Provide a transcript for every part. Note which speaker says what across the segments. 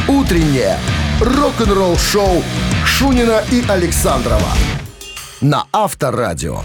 Speaker 1: Утреннее рок-н-ролл-шоу Шунина и Александрова на Авторадио.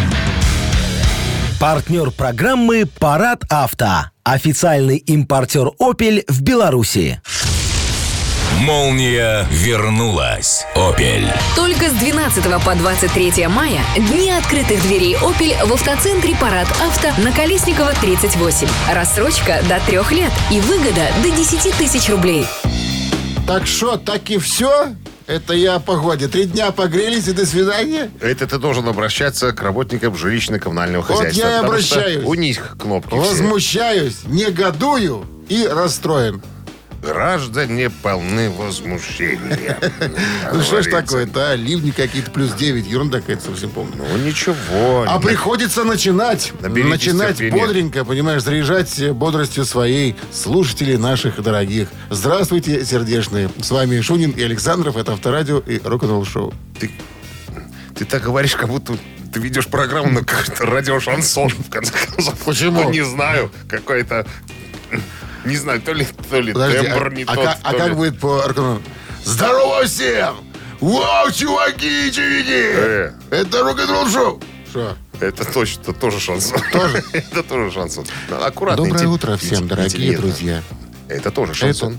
Speaker 2: Партнер программы «Парад авто». Официальный импортер «Опель» в Беларуси.
Speaker 3: Молния вернулась. «Опель».
Speaker 4: Только с 12 по 23 мая дни открытых дверей «Опель» в автоцентре «Парад авто» на Колесникова, 38. Рассрочка до 3 лет и выгода до 10 тысяч рублей.
Speaker 5: Так что, так и все? Это я о погоде. 3 дня погрелись и до свидания?
Speaker 6: Это ты должен обращаться к работникам жилищно-коммунального хозяйства.
Speaker 5: Вот я и
Speaker 6: потому что
Speaker 5: обращаюсь.
Speaker 6: У них кнопки
Speaker 5: Возмущаюсь, негодую и расстроен.
Speaker 6: все. Граждане полны возмущения.
Speaker 5: Ну что ж такое-то, а? Ливни какие-то +9, ерунда какая-то совсем помню.
Speaker 6: Ну ничего.
Speaker 5: А приходится начинать.
Speaker 6: Наберитесь
Speaker 5: Начинать
Speaker 6: терпения.
Speaker 5: бодренько, понимаешь, заряжать бодростью своей слушателей наших дорогих. Здравствуйте, сердечные. С вами Шунин и Александров. Это Авторадио и рок-н-ролл шоу.
Speaker 6: Ты так говоришь, как будто ты ведешь программу на какой-то радиошансон, в конце концов.
Speaker 5: Почему?
Speaker 6: Ну, не знаю, какой-то... Не знаю, то ли
Speaker 5: Подожди,
Speaker 6: тембр не тот.
Speaker 5: а как будет по рок-н-роллу? Здорово всем! Вау, чуваки и чувики! Это рок-н-ролл шоу. Что?
Speaker 6: Это точно, тоже шансон.
Speaker 5: Тоже?
Speaker 6: Это тоже шансон. Аккуратно.
Speaker 5: Доброе утро всем, дорогие друзья.
Speaker 6: Это тоже шансон.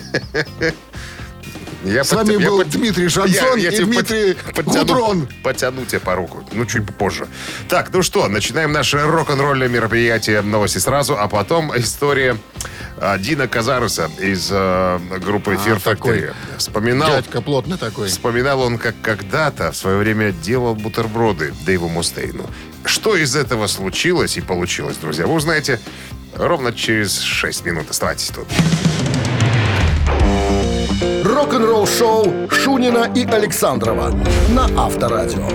Speaker 5: С вами был Дмитрий Шансон и Дмитрий Гудрон.
Speaker 6: Подтяну тебя по руку. Ну, чуть попозже. Так, ну что, начинаем наше рок-н-ролльное мероприятие. Новости сразу, а потом история Дина Казаруса из группы Fear Factory. Вспоминал,
Speaker 5: Дядька плотный такой.
Speaker 6: вспоминал он, как когда-то в свое время делал бутерброды Дэйву Мустейну. Что из этого случилось и получилось, друзья, вы узнаете ровно через 6 минут. Оставайтесь тут.
Speaker 1: Рок-н-ролл-шоу Шунина и Александрова на Авторадио.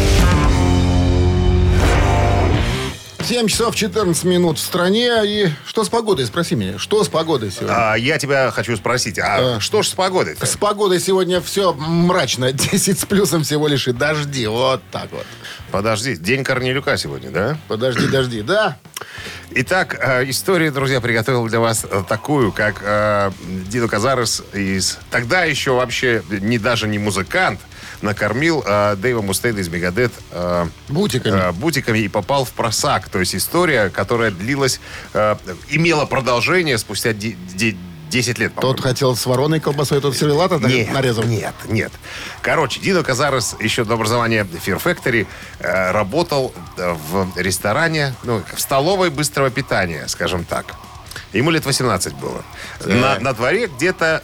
Speaker 5: 7 часов 14 минут в стране. И что с погодой? Спроси меня. Что с погодой сегодня?
Speaker 6: Я тебя хочу спросить, что ж с погодой-то?
Speaker 5: С погодой сегодня все мрачно. 10 с плюсом всего лишь и дожди. Вот так вот.
Speaker 6: Подожди, день Корнелюка сегодня, да?
Speaker 5: Подожди, дожди. Да.
Speaker 6: Итак, историю, друзья, приготовил для вас такую, как Дино Казарес из... Тогда еще вообще даже не музыкант, накормил Дэйва Мустейна из Мегадет бутиками и попал в просак. То есть история, которая длилась, имела продолжение спустя 10 лет, по-моему.
Speaker 5: Тот хотел с вороной колбасой, тот сервелата нарезал?
Speaker 6: Нет. Короче, Дино Казарес еще до образования Fear Factory работал в ресторане, в столовой быстрого питания, скажем так. Ему лет 18 было. На дворе где-то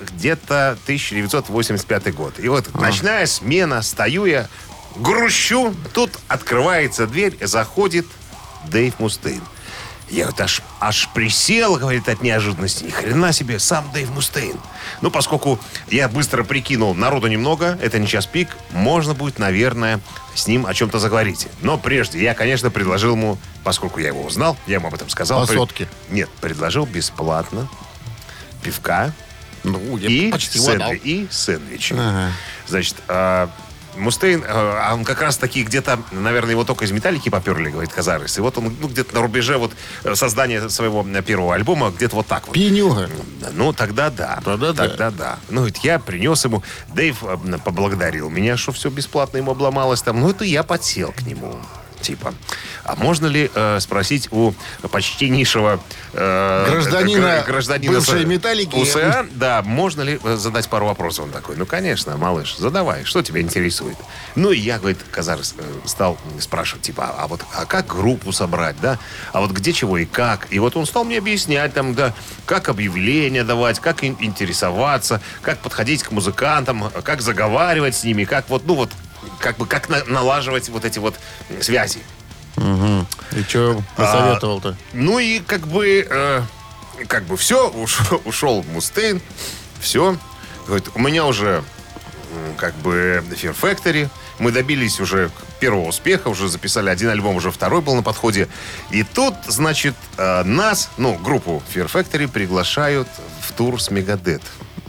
Speaker 6: 1985 год. И вот ночная смена, стою я, грущу, тут открывается дверь, заходит Дэйв Мустейн. Я вот аж присел, говорит, от неожиданности. Ни хрена себе, сам Дэйв Мустейн. Ну, поскольку я быстро прикинул, народу немного, это не час пик, можно будет, наверное, с ним о чем-то заговорить. Но прежде я, конечно, предложил ему, поскольку я его узнал, я ему об этом сказал.
Speaker 5: По сотке?
Speaker 6: Нет, предложил бесплатно пивка
Speaker 5: я почти угадал.
Speaker 6: и сэндвичи.
Speaker 5: Ага.
Speaker 6: Значит, Мустейн, он как раз таки где-то, наверное, его только из металлики поперли, говорит Казарес. И вот он где-то на рубеже создания своего первого альбома, где-то вот так вот.
Speaker 5: Пьянюга.
Speaker 6: Ну, тогда да. Тогда да. Ну, ведь я принес ему, Дэйв поблагодарил меня, что все бесплатно ему обломалось там. Ну, это я подсел к нему. Типа, а можно ли спросить у почтеннейшего гражданина
Speaker 5: бывшей металлики
Speaker 6: УСА, да, можно ли задать пару вопросов? Он такой, ну, конечно, малыш, задавай, что тебя интересует? Ну, и я, говорит, Казарес, стал спрашивать, типа, а как группу собрать, да? А вот где, чего и как? И вот он стал мне объяснять, там, да, как объявления давать, как интересоваться, как подходить к музыкантам, как заговаривать с ними, как вот, как налаживать вот эти вот связи.
Speaker 5: Угу. И что посоветовал-то?
Speaker 6: Ну и как бы все, ушел Мустейн, все. Говорит, у меня уже как бы Fear Factory, мы добились уже первого успеха, уже записали один альбом, уже второй был на подходе. И тут, значит, нас, группу Fear Factory приглашают в тур с Мегадет.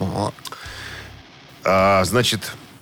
Speaker 6: Значит,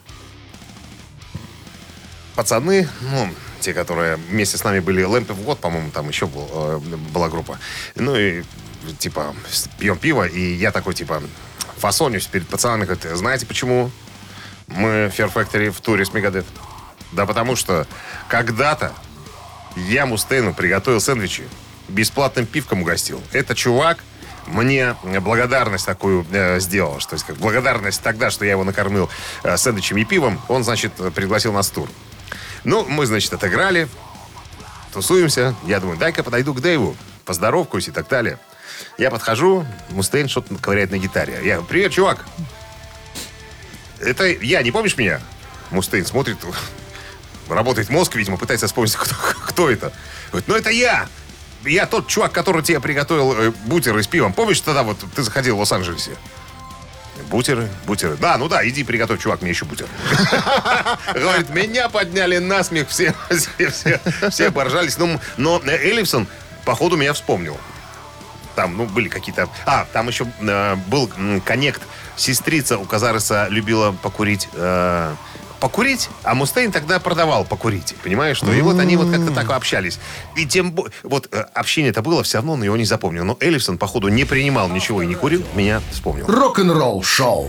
Speaker 6: пацаны, те, которые вместе с нами были, Lamp of God, по-моему, там еще была группа. Ну и, типа, пьем пиво, и я такой, типа, фасонюсь перед пацанами. Говорит, знаете почему мы в Fear Factory в туре с Megadeth? Да потому что когда-то я Мустейну приготовил сэндвичи, бесплатным пивком угостил. Этот чувак мне благодарность такую сделал. Что есть, как благодарность тогда, что я его накормил сэндвичем и пивом, он, значит, пригласил нас в тур. Ну, мы, значит, отыграли, тусуемся. Я думаю, дай-ка подойду к Дэйву, поздоровкаюсь и так далее. Я подхожу, Мустейн что-то ковыряет на гитаре. Я говорю, привет, чувак. Это я, не помнишь меня? Мустейн смотрит, работает мозг, видимо, пытается вспомнить, кто это. Говорит, ну это я. Я тот чувак, который тебе приготовил бутеры с пивом. Помнишь, тогда вот ты заходил в Лос-Анджелесе? Бутеры. Да, ну да, иди приготовь, чувак, мне еще бутер. Говорит, меня подняли на смех, все поржались. Но Эллифсон, походу, меня вспомнил. Там, были какие-то... там еще был коннект. Сестрица у Казареса любила покурить... а Мустейн тогда продавал покурить. Понимаешь, что? И вот они вот как-то так общались. И общение-то было все равно, но его не запомнил. Но Эллифсон, походу, не принимал ничего и не курил, меня вспомнил.
Speaker 1: Рок-н-ролл шоу.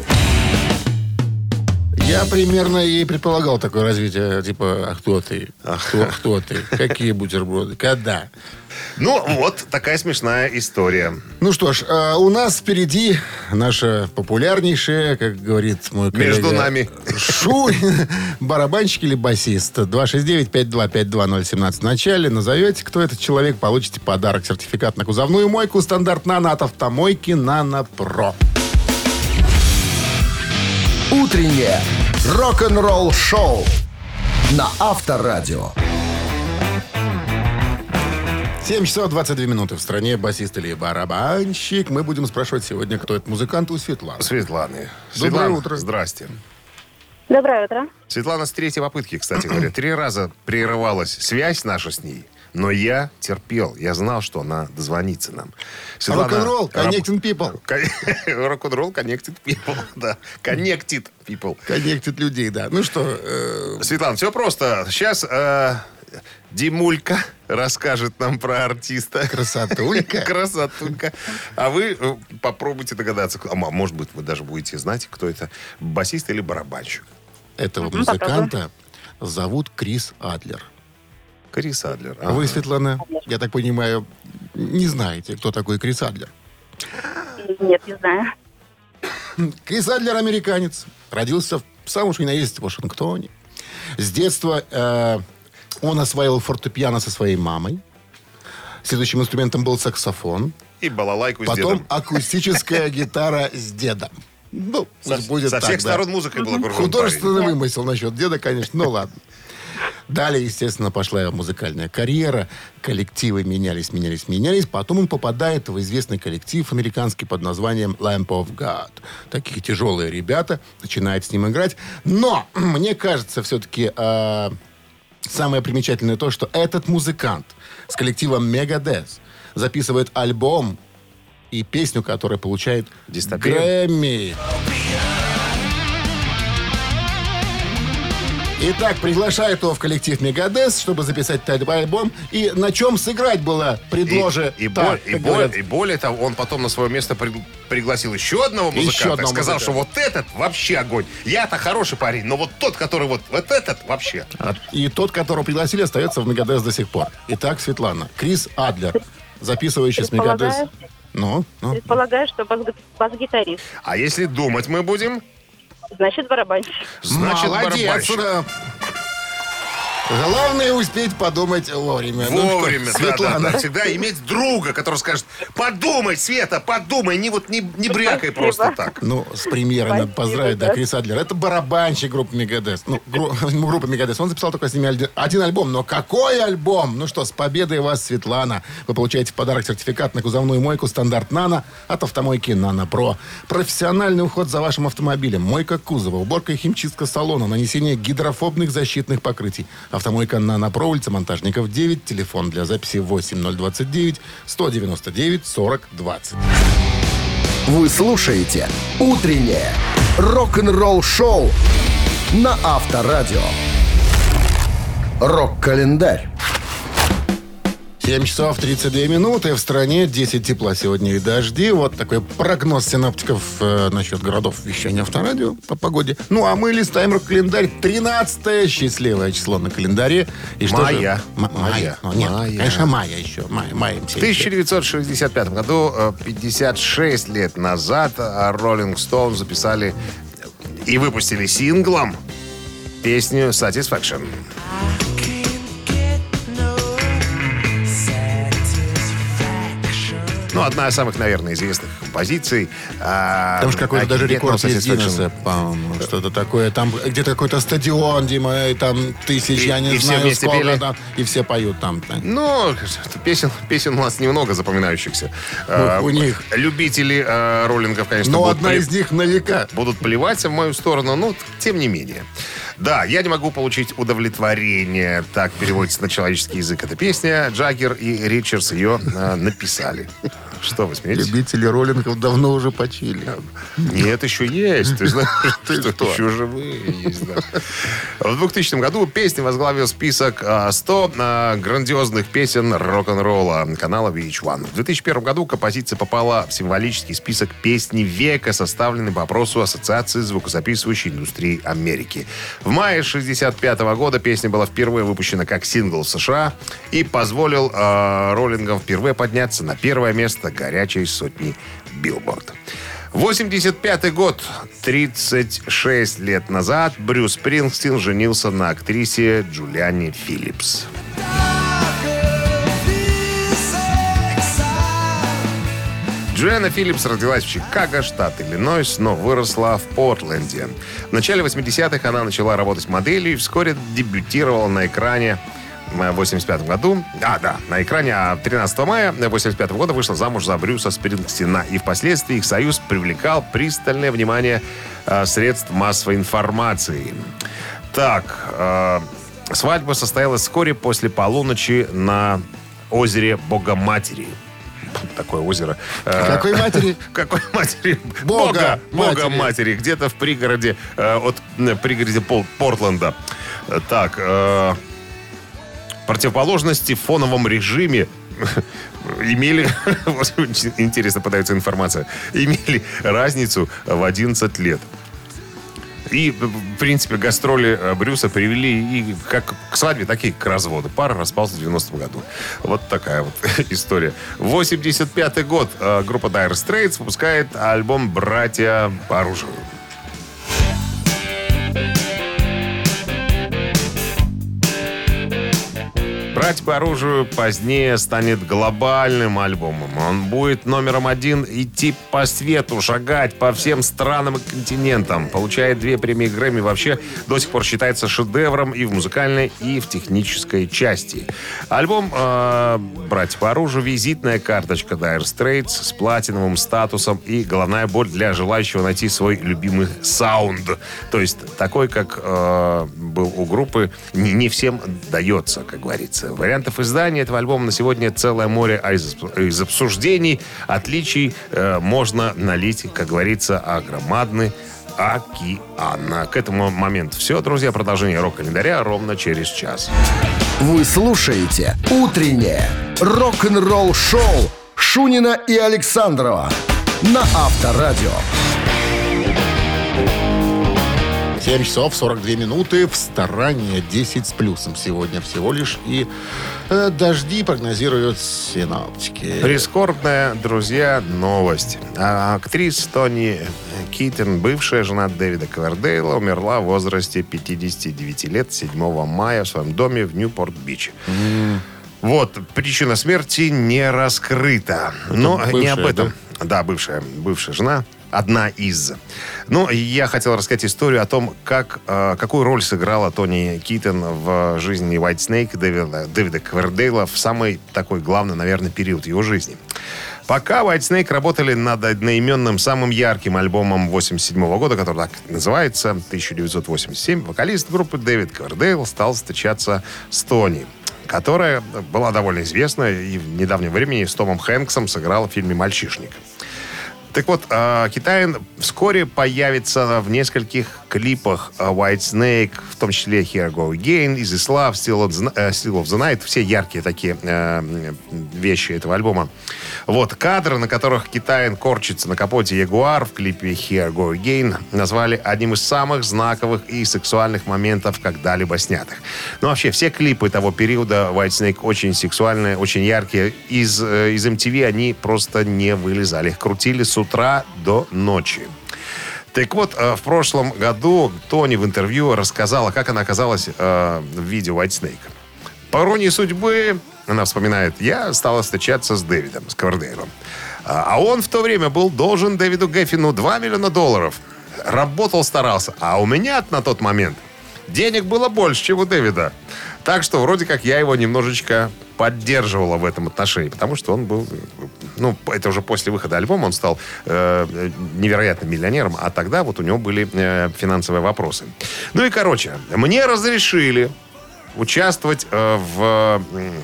Speaker 5: Я примерно и предполагал такое развитие, типа, кто ты? Кто ты? Какие бутерброды? Когда?
Speaker 6: Ну, вот такая смешная история.
Speaker 5: Ну что ж, у нас впереди наша популярнейшая, как говорит мой коллега...
Speaker 6: Между нами.
Speaker 5: Шунин, барабанщик или басист. 269-5252-017 в начале. Назовете, кто этот человек, получите подарок. Сертификат на кузовную мойку «Стандарт Нано» от автомойки «Нано Про».
Speaker 1: Утреннее рок-н-ролл шоу на Авторадио.
Speaker 5: 7 часов 22 минуты в стране. Басист или барабанщик. Мы будем спрашивать сегодня, кто это музыкант, у Светланы.
Speaker 6: Светлана,
Speaker 5: утро.
Speaker 6: Здрасте.
Speaker 7: Доброе утро.
Speaker 6: Светлана с третьей попытки, кстати говоря. 3 раза прерывалась связь наша с ней. Но я терпел. Я знал, что она дозвонится нам.
Speaker 5: Рок-н-ролл, connecting people.
Speaker 6: Рок-н-ролл, connected people. Да. Connected people.
Speaker 5: Connected людей, да. Ну что...
Speaker 6: Светлана, все просто. Сейчас Димулька расскажет нам про артиста.
Speaker 5: Красотулька.
Speaker 6: Красотулька. А вы попробуйте догадаться. Может быть, вы даже будете знать, кто это. Басист или барабанщик.
Speaker 5: Этого музыканта зовут Крис Адлер.
Speaker 6: Крис Адлер.
Speaker 5: А вы, Светлана, я так понимаю, не знаете, кто такой Крис Адлер?
Speaker 7: Нет, не знаю.
Speaker 5: Крис Адлер американец. Родился в самом что ни на есть Вашингтоне. С детства он осваивал фортепиано со своей мамой. Следующим инструментом был саксофон.
Speaker 6: И балалайку с
Speaker 5: Потом
Speaker 6: дедом.
Speaker 5: акустическая гитара с дедом. Ну, будет
Speaker 6: со
Speaker 5: так,
Speaker 6: всех
Speaker 5: да.
Speaker 6: сторон музыкой был окружен
Speaker 5: Художественный вымысел насчет деда, конечно. Ну, ладно. Далее, естественно, пошла его музыкальная карьера. Коллективы менялись. Потом он попадает в известный коллектив американский под названием Lamb of God. Такие тяжелые ребята. Начинает с ним играть. Но, мне кажется, все-таки самое примечательное то, что этот музыкант с коллективом Megadeth записывает альбом и песню, которая получает Грэмми. Итак, приглашают его в коллектив Megadeth, чтобы записать этот альбом. И на чем сыграть было предложено.
Speaker 6: И более того, он потом на свое место пригласил еще одного музыканта. Сказал, что вот этот вообще огонь. Я-то хороший парень, но вот тот, который вот этот вообще.
Speaker 5: И тот, которого пригласили, остается в Megadeth до сих пор. Итак, Светлана, Крис Адлер, записывающий с Megadeth.
Speaker 7: Предполагаю, что бас-гитарист.
Speaker 6: А если думать мы будем?
Speaker 7: Значит, барабанщик.
Speaker 6: Значит,
Speaker 5: барабанщик. Главное успеть подумать вовремя.
Speaker 6: Вовремя,
Speaker 5: Светлана.
Speaker 6: да. Всегда иметь друга, который скажет: подумай, Света, подумай, не брякай просто так.
Speaker 5: Ну, с премьерой надо поздравить, да, Крис Адлер. Это барабанщик группы Megadeth. Группа Megadeth. Он записал только с ними один альбом. Но какой альбом? Ну что, с победой вас, Светлана. Вы получаете в подарок сертификат на кузовную мойку «Стандарт Нано» от автомойки «Нано Про». Профессиональный уход за вашим автомобилем. Мойка кузова, уборка и химчистка салона, нанесение гидрофобных защитных покрытий. Автомойка «Нано Про», улица Монтажников, 9. Телефон для записи 8029 199 40 20.
Speaker 1: Вы слушаете «Утреннее рок-н-ролл-шоу» на Авторадио. Рок-календарь.
Speaker 5: 7 часов 32 минуты. В стране 10 тепла сегодня и дожди. Вот такой прогноз синоптиков насчет городов вещания Авторадио по погоде. Ну, а мы листаем рок-календарь. 13-е счастливое число на календаре. И что
Speaker 6: Майя.
Speaker 5: же? Майя. Ну, нет,
Speaker 6: Майя.
Speaker 5: конечно, майя еще. Майя.
Speaker 6: В 1965 году, 56 лет назад, Rolling Stone записали и выпустили синглом песню «Satisfaction». Ну, одна из самых, наверное, известных композиций.
Speaker 5: Там же какой-то даже рекорд есть Гиннесса, по-моему, что-то такое. Там где-то какой-то стадион, Дима, и там тысяч, я не знаю, сколько там. И все поют там.
Speaker 6: Ну, песен у нас немного запоминающихся.
Speaker 5: У них.
Speaker 6: Любители роллингов, конечно,
Speaker 5: но
Speaker 6: будут
Speaker 5: одна из них на века.
Speaker 6: Будут плевать в мою сторону, но тем не менее. Да, я не могу получить удовлетворение. Так переводится на человеческий язык эта песня. Джаггер и Ричардс ее написали. Что вы смеетесь?
Speaker 5: Любители роллингов давно уже почили.
Speaker 6: Нет, еще есть. Ты знаешь, что еще живые есть. Да. В 2000 году песня возглавила список 100 грандиозных песен рок-н-ролла канала VH1. В 2001 году композиция попала в символический список песни века, составленный по опросу Ассоциации звукозаписывающей индустрии Америки. В мае 1965 года песня была впервые выпущена как сингл в США и позволил роллингам впервые подняться на первое место горячей сотни Билборд. 85-й год, 36 лет назад, Брюс Спрингстин женился на актрисе Джулиане Филлипс. Джулиана Филлипс родилась в Чикаго, штат Иллинойс, но выросла в Портленде. В начале 80-х она начала работать моделью и вскоре дебютировала на экране в 1985 году. На экране 13 мая 1985 года вышла замуж за Брюса Спрингстина. И впоследствии их союз привлекал пристальное внимание средств массовой информации. Так, свадьба состоялась вскоре после полуночи на озере Богоматери. Такое озеро.
Speaker 5: Какой матери?
Speaker 6: Какой матери?
Speaker 5: Бога
Speaker 6: матери. Где-то в пригороде, пригороде Портленда. Так, противоположности в фоновом режиме имели, интересно подается информация, имели разницу в 11 лет. И, в принципе, гастроли Брюса привели и как к свадьбе, так и к разводу. Пара распалась в 90-м году. Вот такая вот история. 85-й год группа Dire Straits выпускает альбом «Братья по оружию». «Братья по оружию» позднее станет глобальным альбомом. Он будет номером 1 идти по свету, шагать по всем странам и континентам. Получает 2 премии Грэмми. Вообще до сих пор считается шедевром и в музыкальной, и в технической части. Альбом «Братья по оружию» — визитная карточка Dire Straits с платиновым статусом и головная боль для желающего найти свой любимый саунд. То есть такой, как был у группы, не всем дается, как говорится. Вариантов издания этого альбома на сегодня целое море, а из обсуждений, отличий можно налить, как говорится, громадный океан. К этому моменту все, друзья. Продолжение рок-календаря ровно через час.
Speaker 1: Вы слушаете «Утреннее рок-н-ролл-шоу» Шунина и Александрова на Авторадио.
Speaker 5: 7 часов 42 минуты. В стороне 10 с плюсом сегодня всего лишь. И дожди прогнозируют синоптики.
Speaker 6: Прискорбная, друзья, новость. Актриса Тони Китон, бывшая жена Дэвида Ковердейла, умерла в возрасте 59 лет 7 мая в своем доме в Ньюпорт-Бич. Вот, причина смерти не раскрыта. Но
Speaker 5: бывшая,
Speaker 6: не об этом.
Speaker 5: да?
Speaker 6: Да, бывшая жена. Одна из. Ну, я хотел рассказать историю о том, какую роль сыграла Тони Китон в жизни White Snake Дэвида Ковердейла в самый такой главный, наверное, период его жизни. Пока White Snake работали над одноименным самым ярким альбомом 1987 года, который так называется, 1987, вокалист группы Дэвид Ковердейл стал встречаться с Тони, которая была довольно известна и в недавнем времени с Томом Хэнксом сыграла в фильме «Мальчишник». Так вот, Китаин вскоре появится в нескольких клипах Whitesnake, в том числе Here I Go Again, Easy Love, Still of the Night, все яркие такие вещи этого альбома. Вот, кадры, на которых Китаин корчится на капоте Ягуар в клипе Here I Go Again, назвали одним из самых знаковых и сексуальных моментов, когда-либо снятых. Ну, вообще, все клипы того периода Whitesnake очень сексуальные, очень яркие. Из MTV они просто не вылезали. Их крутили с утра до ночи. Так вот, в прошлом году Тони в интервью рассказала, как она оказалась в видео Whitesnake. По иронии судьбы, она вспоминает, я стала встречаться с Дэвидом, с Ковердейлом. А он в то время был должен Дэвиду Геффину $2 миллиона. Работал, старался. А у меня на тот момент денег было больше, чем у Дэвида. Так что вроде как я его немножечко поддерживала в этом отношении, потому что он был... Ну, это уже после выхода альбома он стал невероятным миллионером, а тогда вот у него были финансовые вопросы. Ну и, короче, мне разрешили участвовать в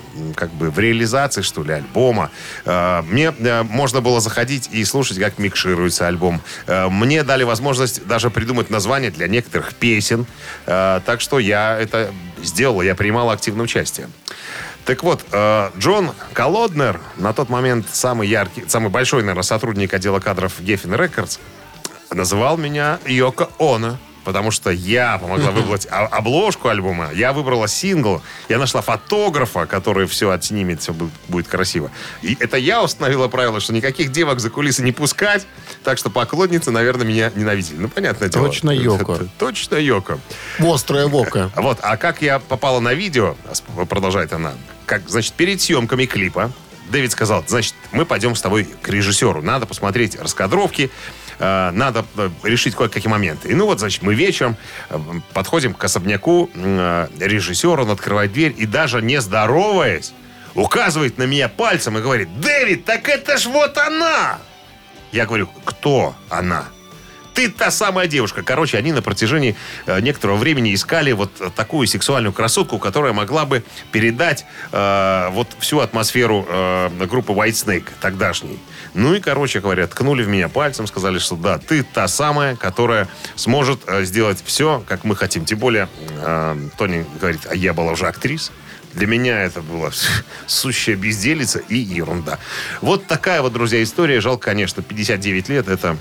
Speaker 6: реализации, что ли, альбома. Мне можно было заходить и слушать, как микшируется альбом. Мне дали возможность даже придумать название для некоторых песен. Так что я это сделал, я принимал активное участие. Так вот, Джон Колоднер, на тот момент самый яркий, самый большой, наверное, сотрудник отдела кадров Geffen Records, называл меня Йоко Оно. Потому что я помогла выбрать обложку альбома, я выбрала сингл, я нашла фотографа, который все отснимет, все будет красиво. И это я установила правило, что никаких девок за кулисы не пускать, так что поклонницы, наверное, меня ненавидели. Ну, понятное дело.
Speaker 5: Точно Йоко.
Speaker 6: Точно Йоко.
Speaker 5: Острая вока.
Speaker 6: Вот, а как я попала на видео, продолжает она, значит, перед съемками клипа Дэвид сказал, значит, мы пойдем с тобой к режиссеру, надо посмотреть раскадровки, надо решить кое-какие моменты. И ну вот, значит, мы вечером подходим к особняку режиссера, он открывает дверь и даже не здороваясь, указывает на меня пальцем и говорит: «Дэвид, так это ж вот она!» Я говорю: «Кто она?» «Ты та самая девушка». Короче, они на протяжении некоторого времени искали вот такую сексуальную красотку, которая могла бы передать вот всю атмосферу группы Whitesnake тогдашней. Ну и, короче говоря, ткнули в меня пальцем, сказали, что да, ты та самая, которая сможет сделать все, как мы хотим. Тем более, Тони говорит, а я была уже актрисой. Для меня это была сущая безделица и ерунда. Вот такая вот, друзья, история. Жалко, конечно, 59 лет. Это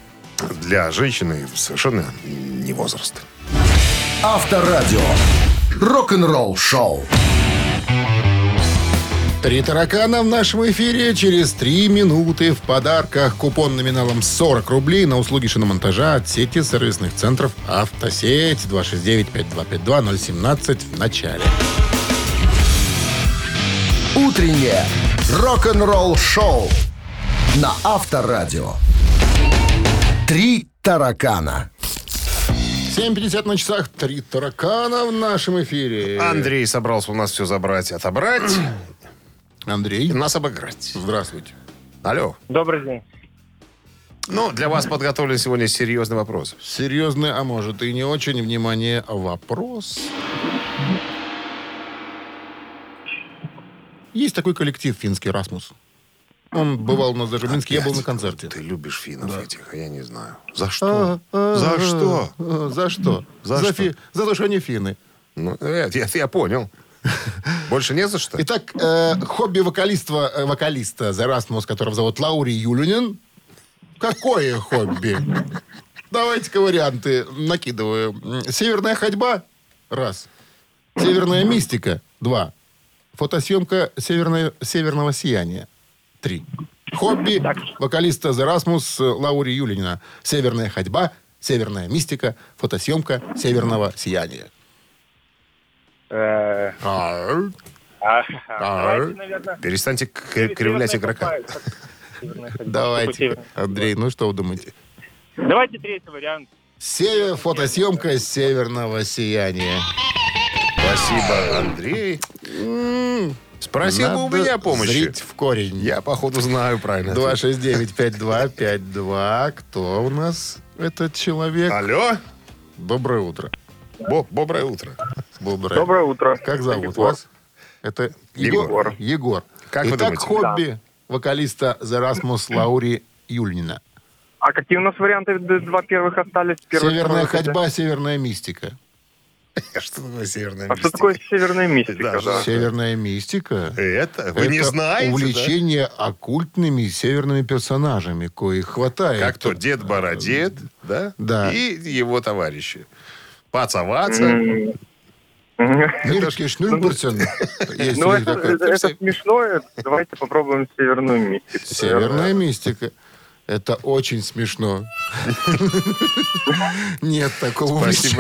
Speaker 6: для женщины совершенно не возраст.
Speaker 1: Авторадио. Рок-н-ролл шоу.
Speaker 5: 3 таракана в нашем эфире. Через 3 минуты в подарках купон номиналом 40 рублей на услуги шиномонтажа от сети сервисных центров «Автосеть». 269-5252-017 в начале.
Speaker 1: Утреннее рок-н-ролл шоу на Авторадио. 3 таракана.
Speaker 5: 7:50 на часах. 3 таракана в нашем эфире.
Speaker 6: Андрей собрался у нас все забрать и отобрать.
Speaker 5: Андрей.
Speaker 6: И нас обыграть.
Speaker 5: Здравствуйте.
Speaker 6: Алло.
Speaker 8: Добрый день.
Speaker 6: Ну, для вас подготовлен сегодня серьезный вопрос.
Speaker 5: Серьезный, а может и не очень. Внимание, вопрос. Есть такой коллектив финский «Расмус». Он бывал у нас даже в Минске, я был на концерте.
Speaker 6: Ты любишь финнов этих, а я не знаю. За что? За что?
Speaker 5: За что?
Speaker 6: За что?
Speaker 5: За то, что они финны.
Speaker 6: Ну, я понял. Больше не за что?
Speaker 5: Итак, хобби вокалиста The Rasmus, которого зовут Лаури Юлинин. Какое хобби? Давайте-ка варианты накидываю. Северная ходьба? Раз. Северная мистика? Два. Фотосъемка северного сияния? 3. Хобби вокалиста The Rasmus Лаури Юлинина. Северная ходьба, северная мистика, фотосъемка северного сияния.
Speaker 8: Давайте, наверное,
Speaker 6: Перестаньте кривлять игрока.
Speaker 5: Давайте, Андрей, ну что вы думаете?
Speaker 8: Давайте третий вариант.
Speaker 5: Фотосъемка северного сияния.
Speaker 6: Спасибо, Андрей. Спросил бы у меня помощи.
Speaker 5: Зрить в корень.
Speaker 6: Я, походу, знаю правильно.
Speaker 5: 269-5252. Кто у нас этот человек?
Speaker 6: Алло.
Speaker 5: Доброе утро.
Speaker 6: Доброе утро.
Speaker 8: Доброе утро.
Speaker 5: Как зовут
Speaker 8: Егор.
Speaker 5: вас? Это
Speaker 6: Егор.
Speaker 5: Егор.
Speaker 6: Как вы
Speaker 5: Итак,
Speaker 6: думаете?
Speaker 5: хобби вокалиста The Rasmus Лаури Юльнина.
Speaker 8: А какие у нас варианты? Два первых остались.
Speaker 5: Северная ходьба, северная мистика.
Speaker 6: Что такое северная
Speaker 8: мистика? А что такое северная мистика?
Speaker 5: Да. Северная мистика.
Speaker 6: Это? Вы не знаете?
Speaker 5: Увлечение оккультными северными персонажами, коих хватает.
Speaker 6: Как то Дед Бородед, да?
Speaker 5: Да.
Speaker 6: И его товарищи. Паца-Ваца.
Speaker 5: Мирский Шнюрбурцен.
Speaker 8: Ну, это смешно. Давайте попробуем северную мистику.
Speaker 5: Северная мистика. Это очень смешно. Нет такого.
Speaker 6: Спасибо.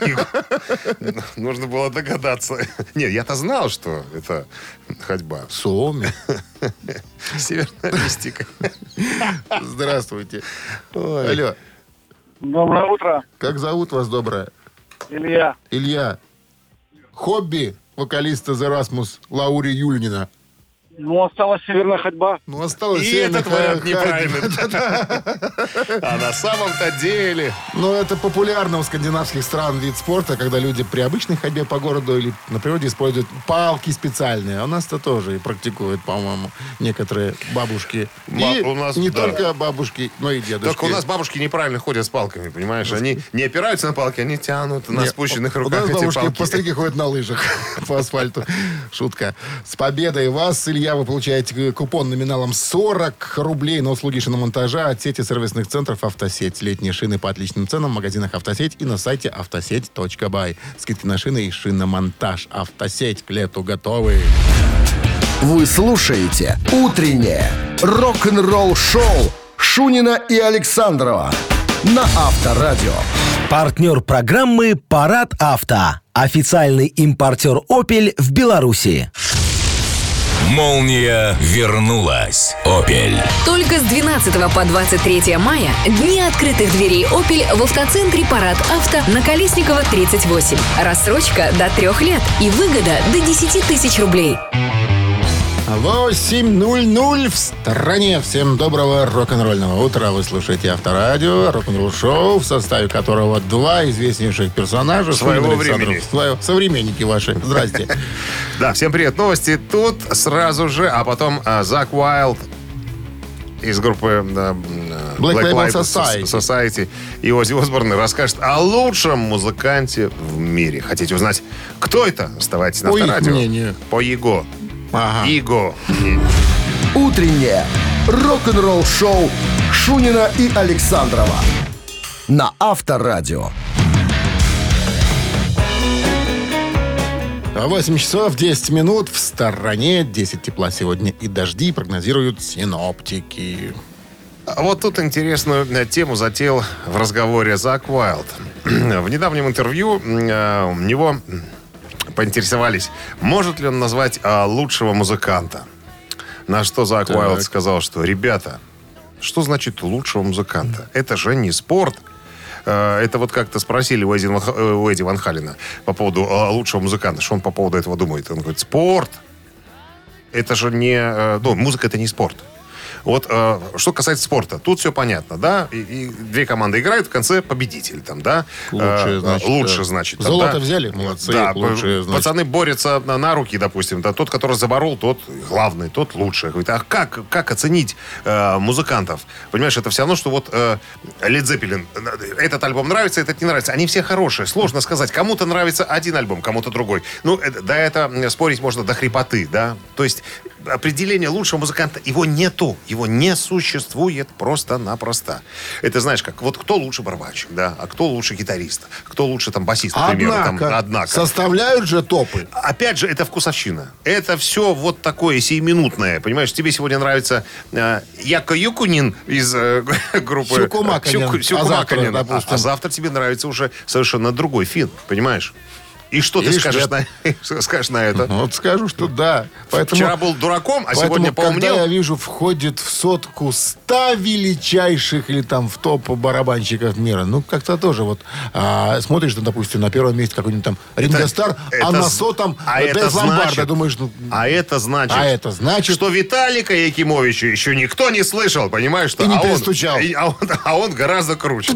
Speaker 6: Нужно было догадаться. Нет, я-то знал, что это ходьба.
Speaker 5: Суоми.
Speaker 6: Северная мистика.
Speaker 5: Здравствуйте. Алло.
Speaker 9: Доброе утро.
Speaker 5: Как зовут вас, доброе?
Speaker 9: Илья.
Speaker 5: Илья. Хобби вокалиста The Rasmus Лаури Юльнина.
Speaker 9: Ну, осталась северная ходьба.
Speaker 5: Ну, осталось
Speaker 6: И
Speaker 5: северная
Speaker 6: этот вариант неправильный.
Speaker 5: ходьба.
Speaker 6: А на самом-то деле...
Speaker 5: Ну, это популярно у скандинавских стран вид спорта, когда люди при обычной ходьбе по городу или на природе используют палки специальные. А у нас-то тоже и практикуют, по-моему, некоторые бабушки. И
Speaker 6: у нас,
Speaker 5: не
Speaker 6: да.
Speaker 5: только бабушки, но и дедушки.
Speaker 6: Только у нас бабушки неправильно ходят с палками, понимаешь? Они не опираются на палки, они тянут на спущенных руках эти палки.
Speaker 5: У нас бабушки по старике ходят на лыжах по асфальту. Шутка. С победой вас, Илья, вы получаете купон номиналом 40 рублей на услуги шиномонтажа от сети сервисных центров «Автосеть». Летние шины по отличным ценам в магазинах «Автосеть» и на сайте автосеть.бай. Скидки на шины и шиномонтаж. «Автосеть» к лету готовы.
Speaker 1: Вы слушаете «Утреннее рок-н-ролл-шоу» Шунина и Александрова на Авторадио.
Speaker 2: Партнер программы «Парад Авто». Официальный импортер «Опель» в Беларуси.
Speaker 3: Молния вернулась. Опель.
Speaker 4: Только с 12 по 23 мая дни открытых дверей «Опель» в автоцентре «Парад Авто» на Колесникова, 38. Рассрочка до 3 лет и выгода до 10 тысяч рублей.
Speaker 5: 8:00 в стране. Всем доброго рок-н-ролльного утра. Вы слушаете Авторадио, рок-н-ролл-шоу, в составе которого два известнейших персонажа
Speaker 6: своего времени.
Speaker 5: Современники ваши. Здрасте.
Speaker 6: Да, всем привет. Новости тут сразу же, а потом Зак Уайлд из группы Black Label Society и Оззи Осборн расскажет о лучшем музыканте в мире. Хотите узнать, кто это? Оставайтесь на Авторадио.
Speaker 5: По их мнению.
Speaker 6: По его.
Speaker 5: Ага.
Speaker 6: Иго.
Speaker 1: Утреннее рок-н-ролл-шоу Шунина и Александрова на Авторадио.
Speaker 5: 8 часов 10 минут в стороне. 10 тепла сегодня и дожди прогнозируют синоптики.
Speaker 6: Вот тут интересную тему затеял в разговоре Зак Уайлд. В недавнем интервью у него поинтересовались, может ли он назвать лучшего музыканта. На что Зак Уайлд сказал, что, ребята, что значит лучшего музыканта? Это же не спорт. Это вот как-то спросили у Эдди Ван Халена по поводу лучшего музыканта. Что он по поводу этого думает? Он говорит, спорт. Это же не... Ну, музыка — это не спорт. Вот что касается спорта, тут все понятно, да? И две команды играют, в конце победитель там, да? Лучше, значит.
Speaker 5: Золото
Speaker 6: да?
Speaker 5: взяли, молодцы.
Speaker 6: Да,
Speaker 5: лучше,
Speaker 6: пацаны борются на руки, допустим. Да, тот, который заборол, тот главный, тот лучше. Говорит, а как оценить музыкантов? Понимаешь, это все равно, что вот Led Zeppelin. Этот альбом нравится, этот не нравится. Они все хорошие. Сложно сказать. Кому-то нравится один альбом, кому-то другой. Ну, это спорить можно до хрипоты, да? То есть определение лучшего музыканта, его нету. Его не существует просто-напросто. Это знаешь как, вот кто лучше барабанщик, да, а кто лучше гитарист, кто лучше там басист, к примеру. Однако.
Speaker 5: Составляют же топы.
Speaker 6: Опять же, это вкусовщина. Это все вот такое сиюминутное. Понимаешь, тебе сегодня нравится Яко Юкунин из группы
Speaker 5: Сюкумаканин,
Speaker 6: а завтра тебе нравится уже совершенно другой финн, понимаешь? И что ты скажешь на это?
Speaker 5: Вот скажу, что да.
Speaker 6: Вчера был дураком, а сегодня поумнел.
Speaker 5: Когда я вижу, входит в сотку 100 величайших или там в топ барабанщиков мира, ну, как-то тоже вот смотришь, допустим, на первом месте какой-нибудь там Ринго Стар, а на сотом Дэйв Ломбарда, думаешь, ну...
Speaker 6: А это значит... Что Виталика Якимовича еще никто не слышал, понимаешь? Что,
Speaker 5: и не перестучал.
Speaker 6: А он гораздо круче.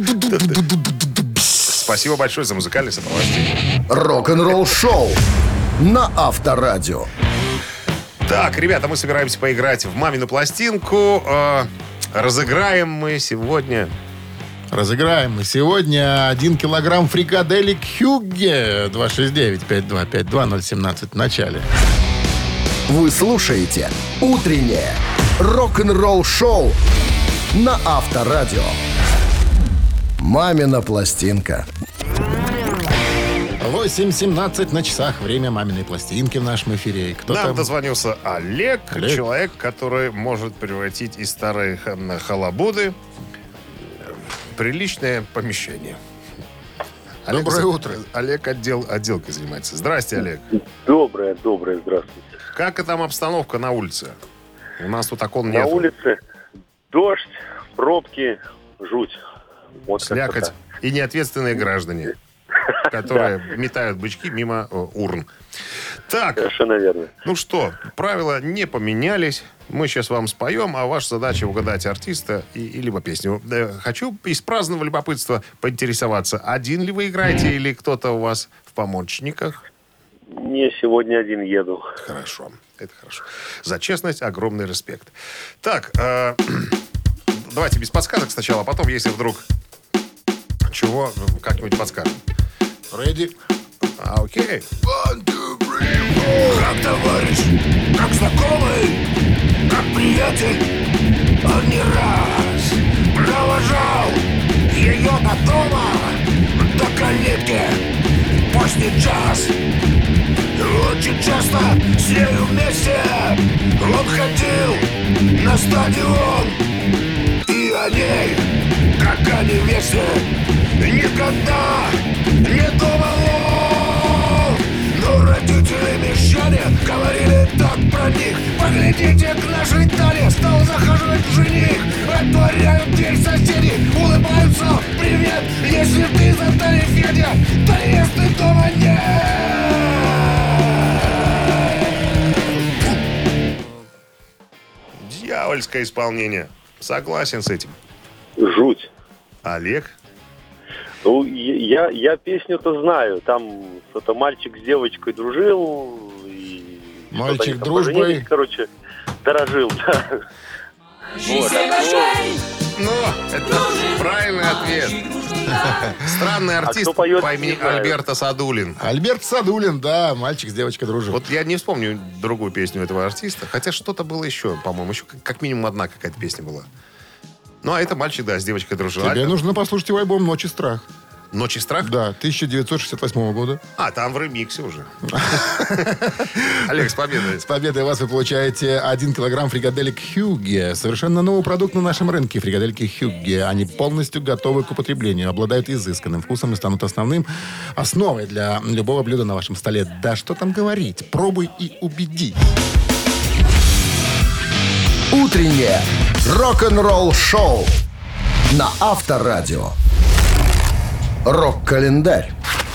Speaker 6: Спасибо большое за музыкальное сопровождение.
Speaker 1: Рок-н-ролл-шоу на Авторадио.
Speaker 6: Так, ребята, мы собираемся поиграть в «Мамину пластинку». разыграем мы сегодня
Speaker 5: 1 килограмм фрикаделек Хюгге. 269-5252-017 в начале.
Speaker 1: Вы слушаете «Утреннее рок-н-ролл-шоу» на Авторадио. «Мамина пластинка».
Speaker 5: 8:17 на часах. Время маминой пластинки в нашем эфире. И кто
Speaker 6: Нам
Speaker 5: там?
Speaker 6: дозвонился Олег, человек, который может превратить из старой халабуды в приличное помещение.
Speaker 5: Доброе утро.
Speaker 6: Олег отделкой занимается. Здрасте, Олег.
Speaker 10: Доброе, здравствуйте.
Speaker 6: Как и там обстановка на улице? У нас тут окон нет.
Speaker 10: На улице дождь, пробки, жуть. Вот
Speaker 6: слякоть и неответственные граждане, которые метают бычки мимо урн. Так,
Speaker 10: совершенно верно.
Speaker 6: Ну что, правила не поменялись. Мы сейчас вам споем, а ваша задача угадать артиста и либо песню. Хочу из праздного любопытства поинтересоваться, один ли вы играете или кто-то у вас в помощниках?
Speaker 10: Не, сегодня один еду.
Speaker 6: Хорошо, это хорошо. За честность огромный респект. Так, давайте без подсказок сначала, а потом, если вдруг чего, как-нибудь подскажем.
Speaker 5: Ready?
Speaker 6: Окей.
Speaker 3: One, two, three, four. Как товарищ, как знакомый, как приятель, он не раз провожал ее до дома, до калитки, поздний час. Очень часто с нею вместе он ходил на стадион, и о ней, как о невесте, никогда не думал он. Но родители мещане говорили так про них: поглядите, к нашей Тане стал захаживать жених. Отворяют дверь соседи, улыбаются: привет, если ты за Таней, Федя, то если дома нет.
Speaker 6: Дьявольское исполнение. Согласен с этим.
Speaker 10: Жуть.
Speaker 6: Олег?
Speaker 10: Ну, я песню-то знаю. Там что-то мальчик с девочкой дружил. И
Speaker 5: мальчик дружбой.
Speaker 10: Короче, дорожил. Да. Вот.
Speaker 6: Ну, это правильный ответ. Странный артист
Speaker 10: поет,
Speaker 6: по имени Альберто Садулин.
Speaker 5: Альберт Садулин, да, мальчик с девочкой дружил.
Speaker 6: Вот я не вспомню другую песню этого артиста. Хотя что-то было еще, по-моему. Еще как минимум одна какая-то песня была. Ну, а это мальчик, да, с девочкой дружил.
Speaker 5: Тебе нужно послушать его альбом «Ночь и страх».
Speaker 6: «Ночь и страх»?
Speaker 5: Да, 1968 года.
Speaker 6: А, там в ремиксе уже. Олег, с победой.
Speaker 5: С победой вас вы получаете 1 килограмм фрикаделек Хюгге. Совершенно новый продукт на нашем рынке. Фрикадельки Хюгге. Они полностью готовы к употреблению, обладают изысканным вкусом и станут основой для любого блюда на вашем столе. Да что там говорить. Пробуй и убеди.
Speaker 1: Утреннее рок-н-ролл-шоу на Авторадио. Рок-календарь.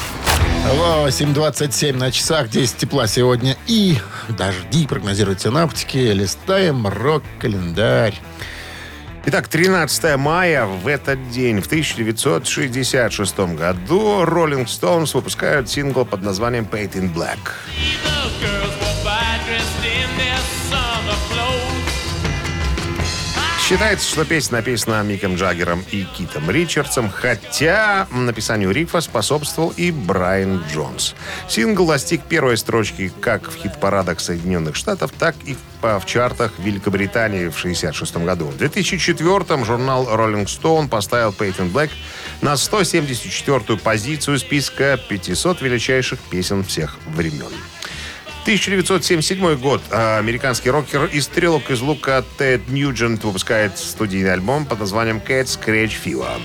Speaker 5: 8:27 на часах, 10 тепла сегодня и дожди прогнозируют синоптики. Листаем рок-календарь.
Speaker 6: Итак, 13 мая, в этот день, в 1966 году, Rolling Stones выпускают сингл под названием «Paint in Black». Считается, что песня написана Миком Джаггером и Китом Ричардсом, хотя написанию рифа способствовал и Брайан Джонс. Сингл достиг первой строчки как в хит-парадах Соединенных Штатов, так и в чартах Великобритании в 1966 году. В 2004-м журнал Rolling Stone поставил Paint in Black на 174-ю позицию списка 500 величайших песен всех времен. 1977 год. Американский рокер и стрелок из лука Тед Ньюджент выпускает студийный альбом под названием Cat Scratch Fever.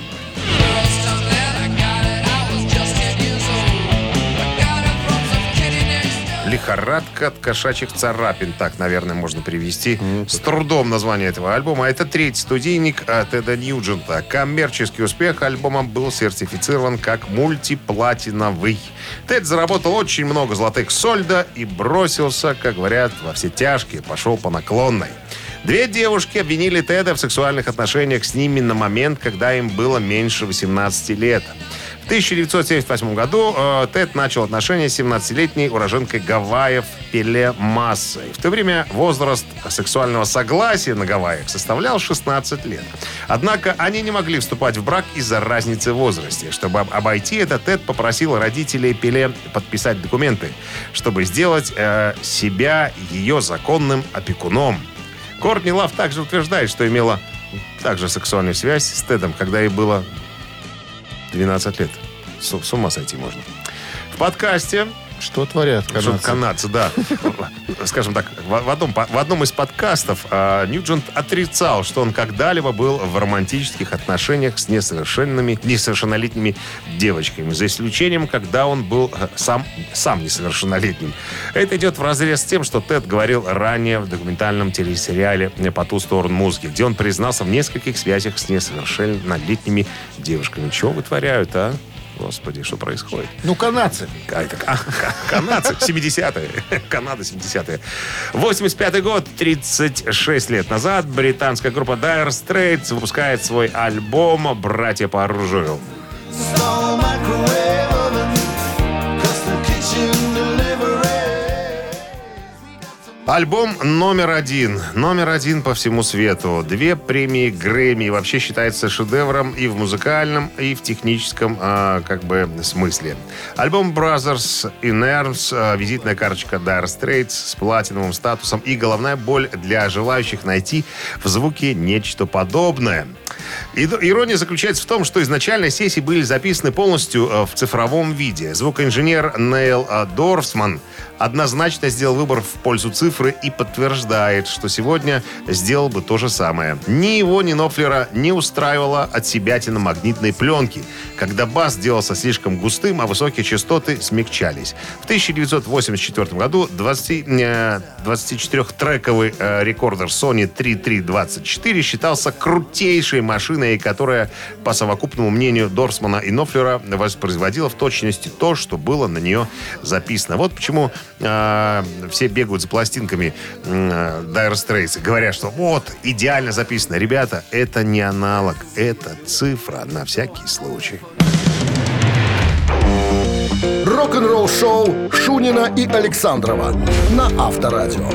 Speaker 6: Лихорадка от кошачьих царапин. Так, наверное, можно привести с трудом название этого альбома. Это третий студийник Теда Ньюджента. Коммерческий успех альбома был сертифицирован как мультиплатиновый. Тед заработал очень много золотых сольдо и бросился, как говорят, во все тяжкие. Пошел по наклонной. Две девушки обвинили Теда в сексуальных отношениях с ними на момент, когда им было меньше 18 лет. В 1978 году Тед начал отношения с 17-летней уроженкой Гавайев Пеле Массой. В то время возраст сексуального согласия на Гавайях составлял 16 лет. Однако они не могли вступать в брак из-за разницы в возрасте. Чтобы обойти это, Тед попросил родителей Пеле подписать документы, чтобы сделать себя ее законным опекуном. Кортни Лав также утверждает, что имела также сексуальную связь с Тедом, когда ей было 12 лет. С ума сойти можно. В подкасте...
Speaker 5: Что творят канадцы?
Speaker 6: Канадцы, да. Скажем так, в одном из подкастов Ньюджент отрицал, что он когда-либо был в романтических отношениях с несовершеннолетними девочками. За исключением, когда он был сам несовершеннолетним. Это идет вразрез с тем, что Тед говорил ранее в документальном телесериале «По ту сторону музыки», где он признался в нескольких связях с несовершеннолетними девушками. Чего вытворяют, а? Господи, что происходит?
Speaker 5: Ну, канадцы.
Speaker 6: Канадцы, 70-е. Канада, 70-е. 85-й год, 36 лет назад, британская группа Dire Straits выпускает свой альбом «Братья по оружию». Альбом номер один по всему свету. 2 премии Грэмми. Вообще считается шедевром и в музыкальном, и в техническом смысле. Альбом Brothers in Arms, визитная карточка Dire Straits с платиновым статусом и головная боль для желающих найти в звуке нечто подобное. Ирония заключается в том, что изначально сессии были записаны полностью в цифровом виде. Звукоинженер Нейл Дорфман однозначно сделал выбор в пользу цифры и подтверждает, что сегодня сделал бы то же самое. Ни его, ни Knopfler не устраивала отсебятина магнитной пленки, когда бас делался слишком густым, а высокие частоты смягчались. В 1984 году 24-трековый рекордер Sony 3324 считался крутейшей машиной, которая, по совокупному мнению Дорфмана и Knopfler, воспроизводила в точности то, что было на нее записано. Вот почему все бегают за пластинками Dire Straits, говорят, что вот, идеально записано. Ребята, это не аналог, это цифра на всякий случай.
Speaker 1: Рок-н-ролл шоу Шунина и Александрова на Авторадио.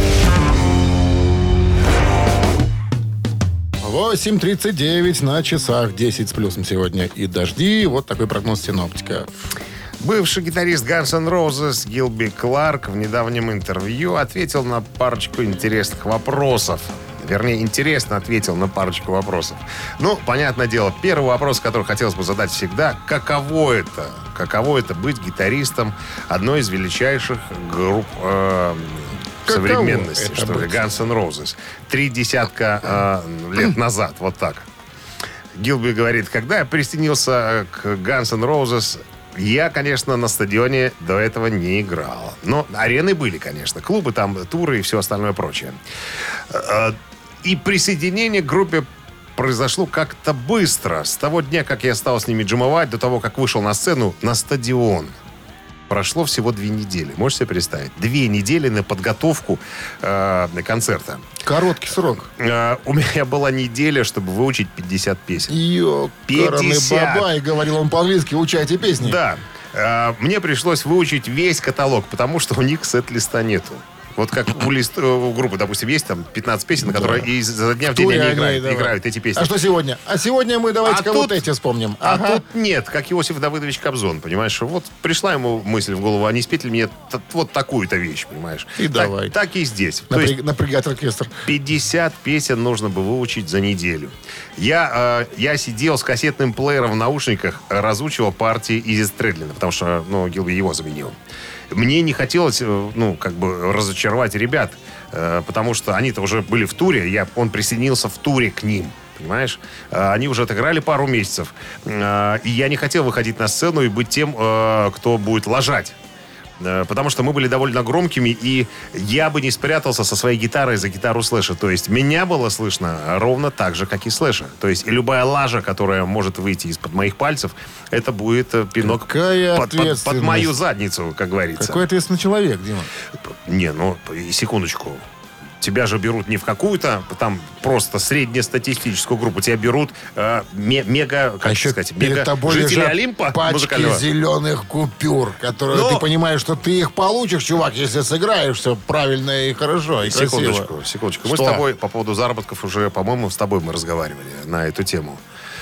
Speaker 5: 8:39 на часах, 10 с плюсом сегодня. И дожди, вот такой прогноз синоптика.
Speaker 6: Бывший гитарист Guns N' Roses Гилби Кларк в недавнем интервью ответил на парочку интересных вопросов. Вернее, интересно ответил на парочку вопросов. Ну, понятное дело, первый вопрос, который хотелось бы задать всегда, каково это? Каково это быть гитаристом одной из величайших групп современности, что ли, Guns N' Roses. 30 лет назад, вот так. Гилби говорит, когда я присоединился к Guns N' Roses, я, конечно, на стадионе до этого не играл. Но арены были, конечно. Клубы там, туры и все остальное прочее. И присоединение к группе произошло как-то быстро. С того дня, как я стал с ними джимовать, до того, как вышел на сцену, на стадион. Прошло всего 2 недели. Можете себе представить? 2 недели на подготовку концерта.
Speaker 5: Короткий срок.
Speaker 6: У меня была неделя, чтобы выучить 50 песен.
Speaker 5: Ёкарный бабай, говорил он по-английски, учайте песни.
Speaker 6: Да. Мне пришлось выучить весь каталог, потому что у них сет-листа нету. Вот как у группы, допустим, есть там 15 песен, на которые изо дня в день они играют эти песни.
Speaker 5: А что сегодня? А сегодня мы давайте-ка вот эти вспомним.
Speaker 6: Тут нет, как Иосиф Давыдович Кобзон, понимаешь? Вот пришла ему мысль в голову, а не спеть ли мне вот такую-то вещь, понимаешь?
Speaker 5: И давай.
Speaker 6: Так и здесь.
Speaker 5: Напрягать оркестр.
Speaker 6: 50 песен нужно бы выучить за неделю. Я сидел с кассетным плеером в наушниках, разучивал партии Изи Стрэдлина, потому что, Гилби его заменил. Мне не хотелось, разочаровать ребят, потому что они-то уже были в туре, он присоединился в туре к ним, понимаешь? Они уже отыграли пару месяцев, и я не хотел выходить на сцену и быть тем, кто будет лажать. Потому что мы были довольно громкими, и я бы не спрятался со своей гитарой за гитару Слэша. То есть меня было слышно ровно так же, как и Слэша. То есть и любая лажа, которая может выйти из-под моих пальцев, это будет пинок под мою задницу, как говорится.
Speaker 5: Какой ответственный человек, Дима.
Speaker 6: Не, секундочку. тебя же берут не в какую-то там просто среднестатистическую группу, тебя берут мега, как сказать, мега жители Олимпа
Speaker 5: пачки
Speaker 6: музыкального.
Speaker 5: зеленых купюр, которые ты понимаешь, что ты их получишь, чувак, если сыграешь все правильно и хорошо, и красиво.
Speaker 6: Секундочку. Мы с тобой по поводу заработков уже, по-моему, с тобой мы разговаривали на эту тему.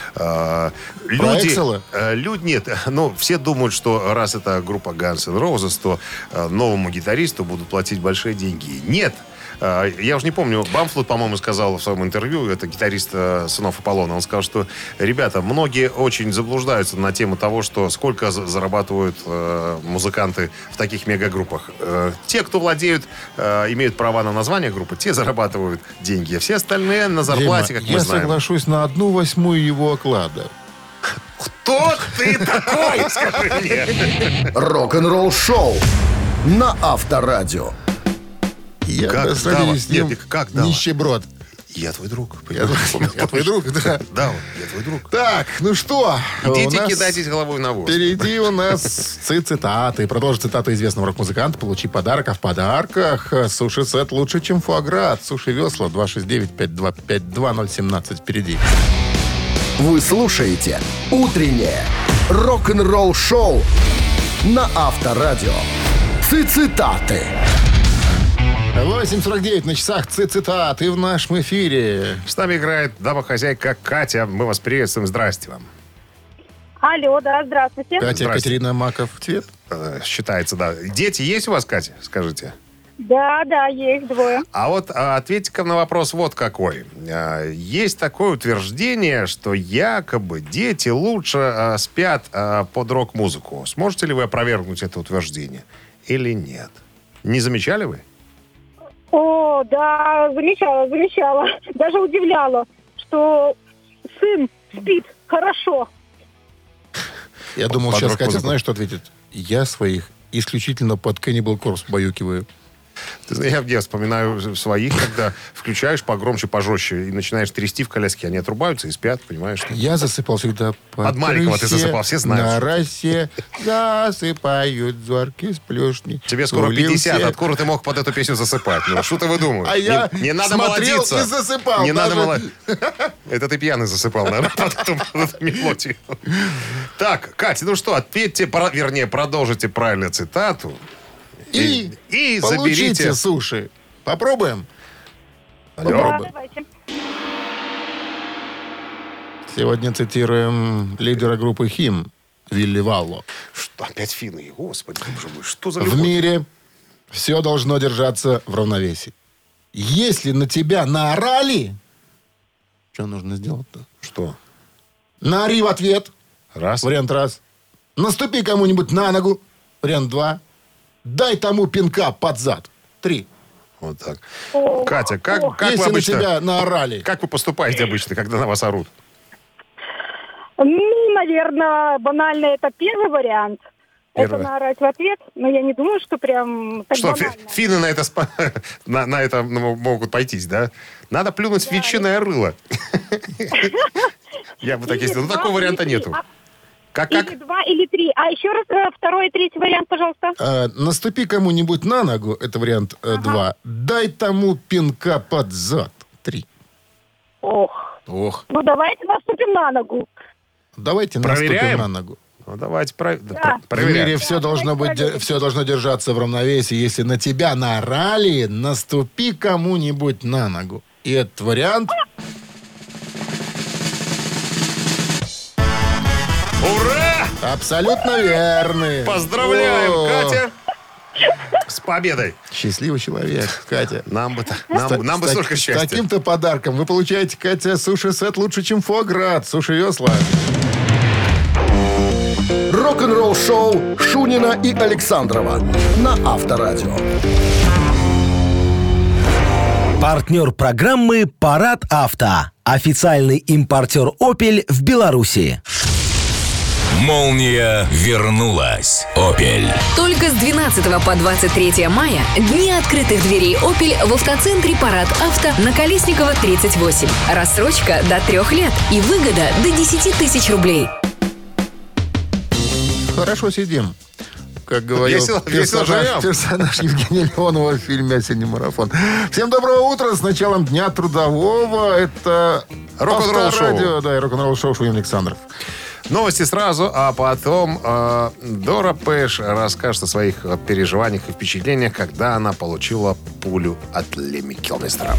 Speaker 6: Люди нет. Ну, все думают, что раз это группа Guns N' Roses, то новому гитаристу будут платить большие деньги. Нет. Я уже не помню, Бамфлут, по-моему, сказал в своем интервью, это гитарист «Сынов Аполлона», он сказал, что, ребята, многие очень заблуждаются на тему того, что сколько зарабатывают музыканты в таких мегагруппах. Те, кто владеют, имеют права на название группы, те зарабатывают деньги, а все остальные на зарплате,
Speaker 5: Дима,
Speaker 6: как мы знаем.
Speaker 5: Я соглашусь на 1/8 его оклада.
Speaker 6: Кто ты такой, скажи мне?
Speaker 1: Рок-н-ролл шоу на Авторадио.
Speaker 5: Я
Speaker 6: Как
Speaker 5: по сравнению с ним
Speaker 6: как дава?
Speaker 5: нищеброд.
Speaker 6: Я твой друг.
Speaker 5: Я твой друг, да.
Speaker 6: Да, я твой друг.
Speaker 5: Так, ну что?
Speaker 6: Идите, кидайтесь головой на воз.
Speaker 5: Впереди у нас цитаты. Продолжим цитаты известного рок-музыканта. Получи подарок. А в подарках суши-сет лучше, чем фуагра. От Суши-весла 269-525-2017. Впереди.
Speaker 1: Вы слушаете «Утреннее рок-н-ролл-шоу» на Авторадио. Цитаты.
Speaker 5: 8:49 на часах. Цитаты в нашем эфире.
Speaker 6: С нами играет дама-хозяйка Катя. Мы вас приветствуем. Здрасте вам.
Speaker 7: Алло, да, здравствуйте.
Speaker 5: Катя Екатерина Маков. Цвет.
Speaker 6: Считается, да. Дети есть у вас, Катя? Скажите.
Speaker 7: Да, есть двое.
Speaker 6: А вот ответьте-ка на вопрос вот какой. Есть такое утверждение, что якобы дети лучше спят под рок-музыку. Сможете ли вы опровергнуть это утверждение или нет? Не замечали вы?
Speaker 7: О, да, замечала. Даже удивляла, что сын спит хорошо.
Speaker 5: Я думал,
Speaker 6: Под
Speaker 5: сейчас
Speaker 6: рок-музыку.
Speaker 5: Катя, знаешь, что ответит? Я своих исключительно под Cannibal Corpse баюкиваю.
Speaker 6: Ты знаешь, я вспоминаю своих, когда включаешь погромче, пожестче и начинаешь трясти в коляске, они отрубаются и спят, понимаешь?
Speaker 5: Я засыпал всегда
Speaker 6: Под маленького ты засыпал, все знают.
Speaker 5: На росе засыпают зорки сплюшни.
Speaker 6: Тебе скоро
Speaker 5: Улился.
Speaker 6: 50, откуда ты мог под эту песню засыпать? Ну, что ты выдумываешь?
Speaker 5: А я
Speaker 6: не надо
Speaker 5: смотрел
Speaker 6: молодиться.
Speaker 5: и засыпал.
Speaker 6: Не
Speaker 5: даже.
Speaker 6: надо молодиться. Это ты пьяный засыпал, наверное, под эту мелодию. Так, Катя, ну что, ответьте, вернее, продолжите правильно цитату. И
Speaker 5: получите
Speaker 6: заберите
Speaker 5: суши. Попробуем?
Speaker 7: Да, давайте.
Speaker 5: Сегодня цитируем лидера группы «Хим» Вилли Валло.
Speaker 6: Что, опять финны? Господи, боже мой, что за
Speaker 5: В
Speaker 6: любовь?
Speaker 5: мире все должно держаться в равновесии. Если на тебя наорали, что нужно сделать-то?
Speaker 6: Что?
Speaker 5: Наори в ответ.
Speaker 6: Раз.
Speaker 5: Вариант раз. Наступи кому-нибудь на ногу. Вариант два. Дай тому пинка под зад. 3.
Speaker 6: Вот так. Катя, как вы
Speaker 5: Если на
Speaker 6: обычно...
Speaker 5: тебя наорали.
Speaker 6: Как вы поступаете обычно, когда на вас орут?
Speaker 7: Ну, наверное, банально это первый вариант.
Speaker 6: Первый.
Speaker 7: Это наорать в ответ, но я не думаю, что прям так
Speaker 6: Что,
Speaker 7: банально.
Speaker 6: финны на это могут пойтись, да? Надо плюнуть в ветчиное рыло. Я бы так если... Ну, такого варианта нету.
Speaker 7: Или 2, или 3. А еще раз второй и третий вариант, пожалуйста.
Speaker 5: Наступи кому-нибудь на ногу. Это вариант 2. Дай тому пинка под зад. 3.
Speaker 7: Ох.
Speaker 5: Ох.
Speaker 7: Ну, давайте наступим на ногу.
Speaker 5: Давайте
Speaker 6: Проверяем?
Speaker 5: наступим на ногу.
Speaker 6: Ну, давайте
Speaker 7: Да.
Speaker 5: В
Speaker 6: проверяем.
Speaker 5: мире все должно держаться в равновесии. Если на тебя наорали, наступи кому-нибудь на ногу. И этот вариант...
Speaker 6: Ура!
Speaker 5: Абсолютно верный.
Speaker 6: Поздравляем,
Speaker 5: О,
Speaker 6: Катя! С победой!
Speaker 5: Счастливый человек, Катя.
Speaker 6: Нам бы столько
Speaker 5: С
Speaker 6: счастья.
Speaker 5: таким-то подарком вы получаете, Катя, суши-сет лучше, чем фуагра. Суши-весла.
Speaker 1: Рок-н-ролл шоу Шунина и Александрова на Авторадио.
Speaker 2: Партнер программы «Парад авто». Официальный импортер «Опель» в Беларуси.
Speaker 11: Молния вернулась. «Опель».
Speaker 4: Только с 12 по 23 мая дни открытых дверей «Опель» в автоцентре «Парад авто» на Колесникова, 38. Рассрочка до 3 лет и выгода до 10 тысяч рублей.
Speaker 5: Хорошо сидим. как говорил
Speaker 6: весело живем.
Speaker 5: персонаж Евгения Леонова в фильме «Осенний марафон». Всем доброго утра. С началом Дня Трудового. Это
Speaker 6: Рок-н-ролл шоу.
Speaker 5: Авторадио, да, и рок-н-ролл шоу Шунин Александров.
Speaker 6: Новости сразу, а потом Дора Пэш расскажет о своих переживаниях и впечатлениях, когда она получила пулю от Лемми Килмистера.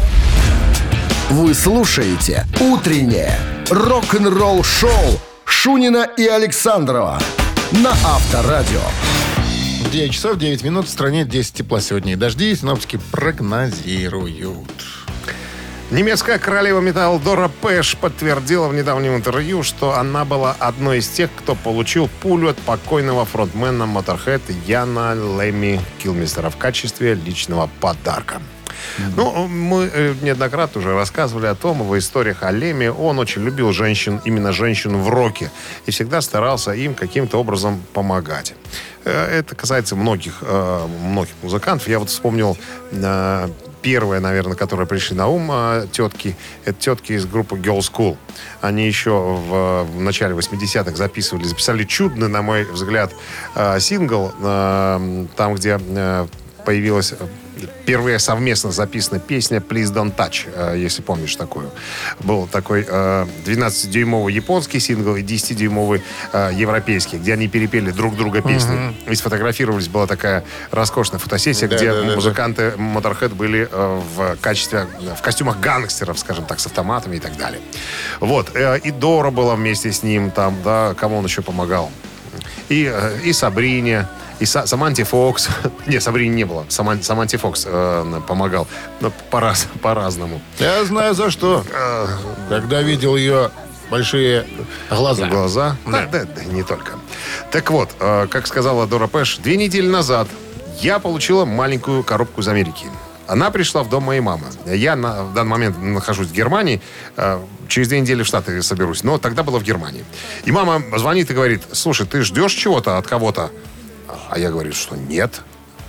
Speaker 1: Вы слушаете «Утреннее рок-н-ролл-шоу» Шунина и Александрова на Авторадио.
Speaker 5: 9 часов 9 минут. В стране 10 тепла сегодня. И дожди синоптики прогнозируют.
Speaker 6: Немецкая королева металла Дора Пэш подтвердила в недавнем интервью, что она была одной из тех, кто получил пулю от покойного фронтмена Motorhead Яна Лемми Килмистера в качестве личного подарка. Ну, мы неоднократно уже рассказывали о том, в историях о Лемми. Он очень любил женщин, именно женщин в роке, и всегда старался им каким-то образом помогать. Это касается многих музыкантов. Я вот вспомнил первые, наверное, которые пришли на ум тетки. Это тетки из группы Girls School. Они еще в начале 80-х записали чудный, на мой взгляд, сингл, там, где появилась впервые совместно записана песня «Please Don't Touch», если помнишь такую. Был такой 12-дюймовый японский сингл и 10-дюймовый европейский, где они перепели друг друга песни. И сфотографировались. Была такая роскошная фотосессия, где музыканты Motorhead были в костюмах гангстеров, скажем так, с автоматами и так далее. Вот. И Дора была вместе с ним там, да, кому он еще помогал. И Сабрине, и Саманте Фокс. Не, Сабрине не было. Саманте Фокс помогал. Но по-разному.
Speaker 5: Я знаю за что. Когда видел ее большие глаза.
Speaker 6: Глаза? Да, не только. Так вот, как сказала Дора Пэш, 2 недели назад я получила маленькую коробку из Америки. Она пришла в дом моей мамы. Я в данный момент нахожусь в Германии. Через 2 недели в Штаты соберусь. Но тогда была в Германии. И мама звонит и говорит: слушай, ты ждешь чего-то от кого-то? А я говорю, что нет.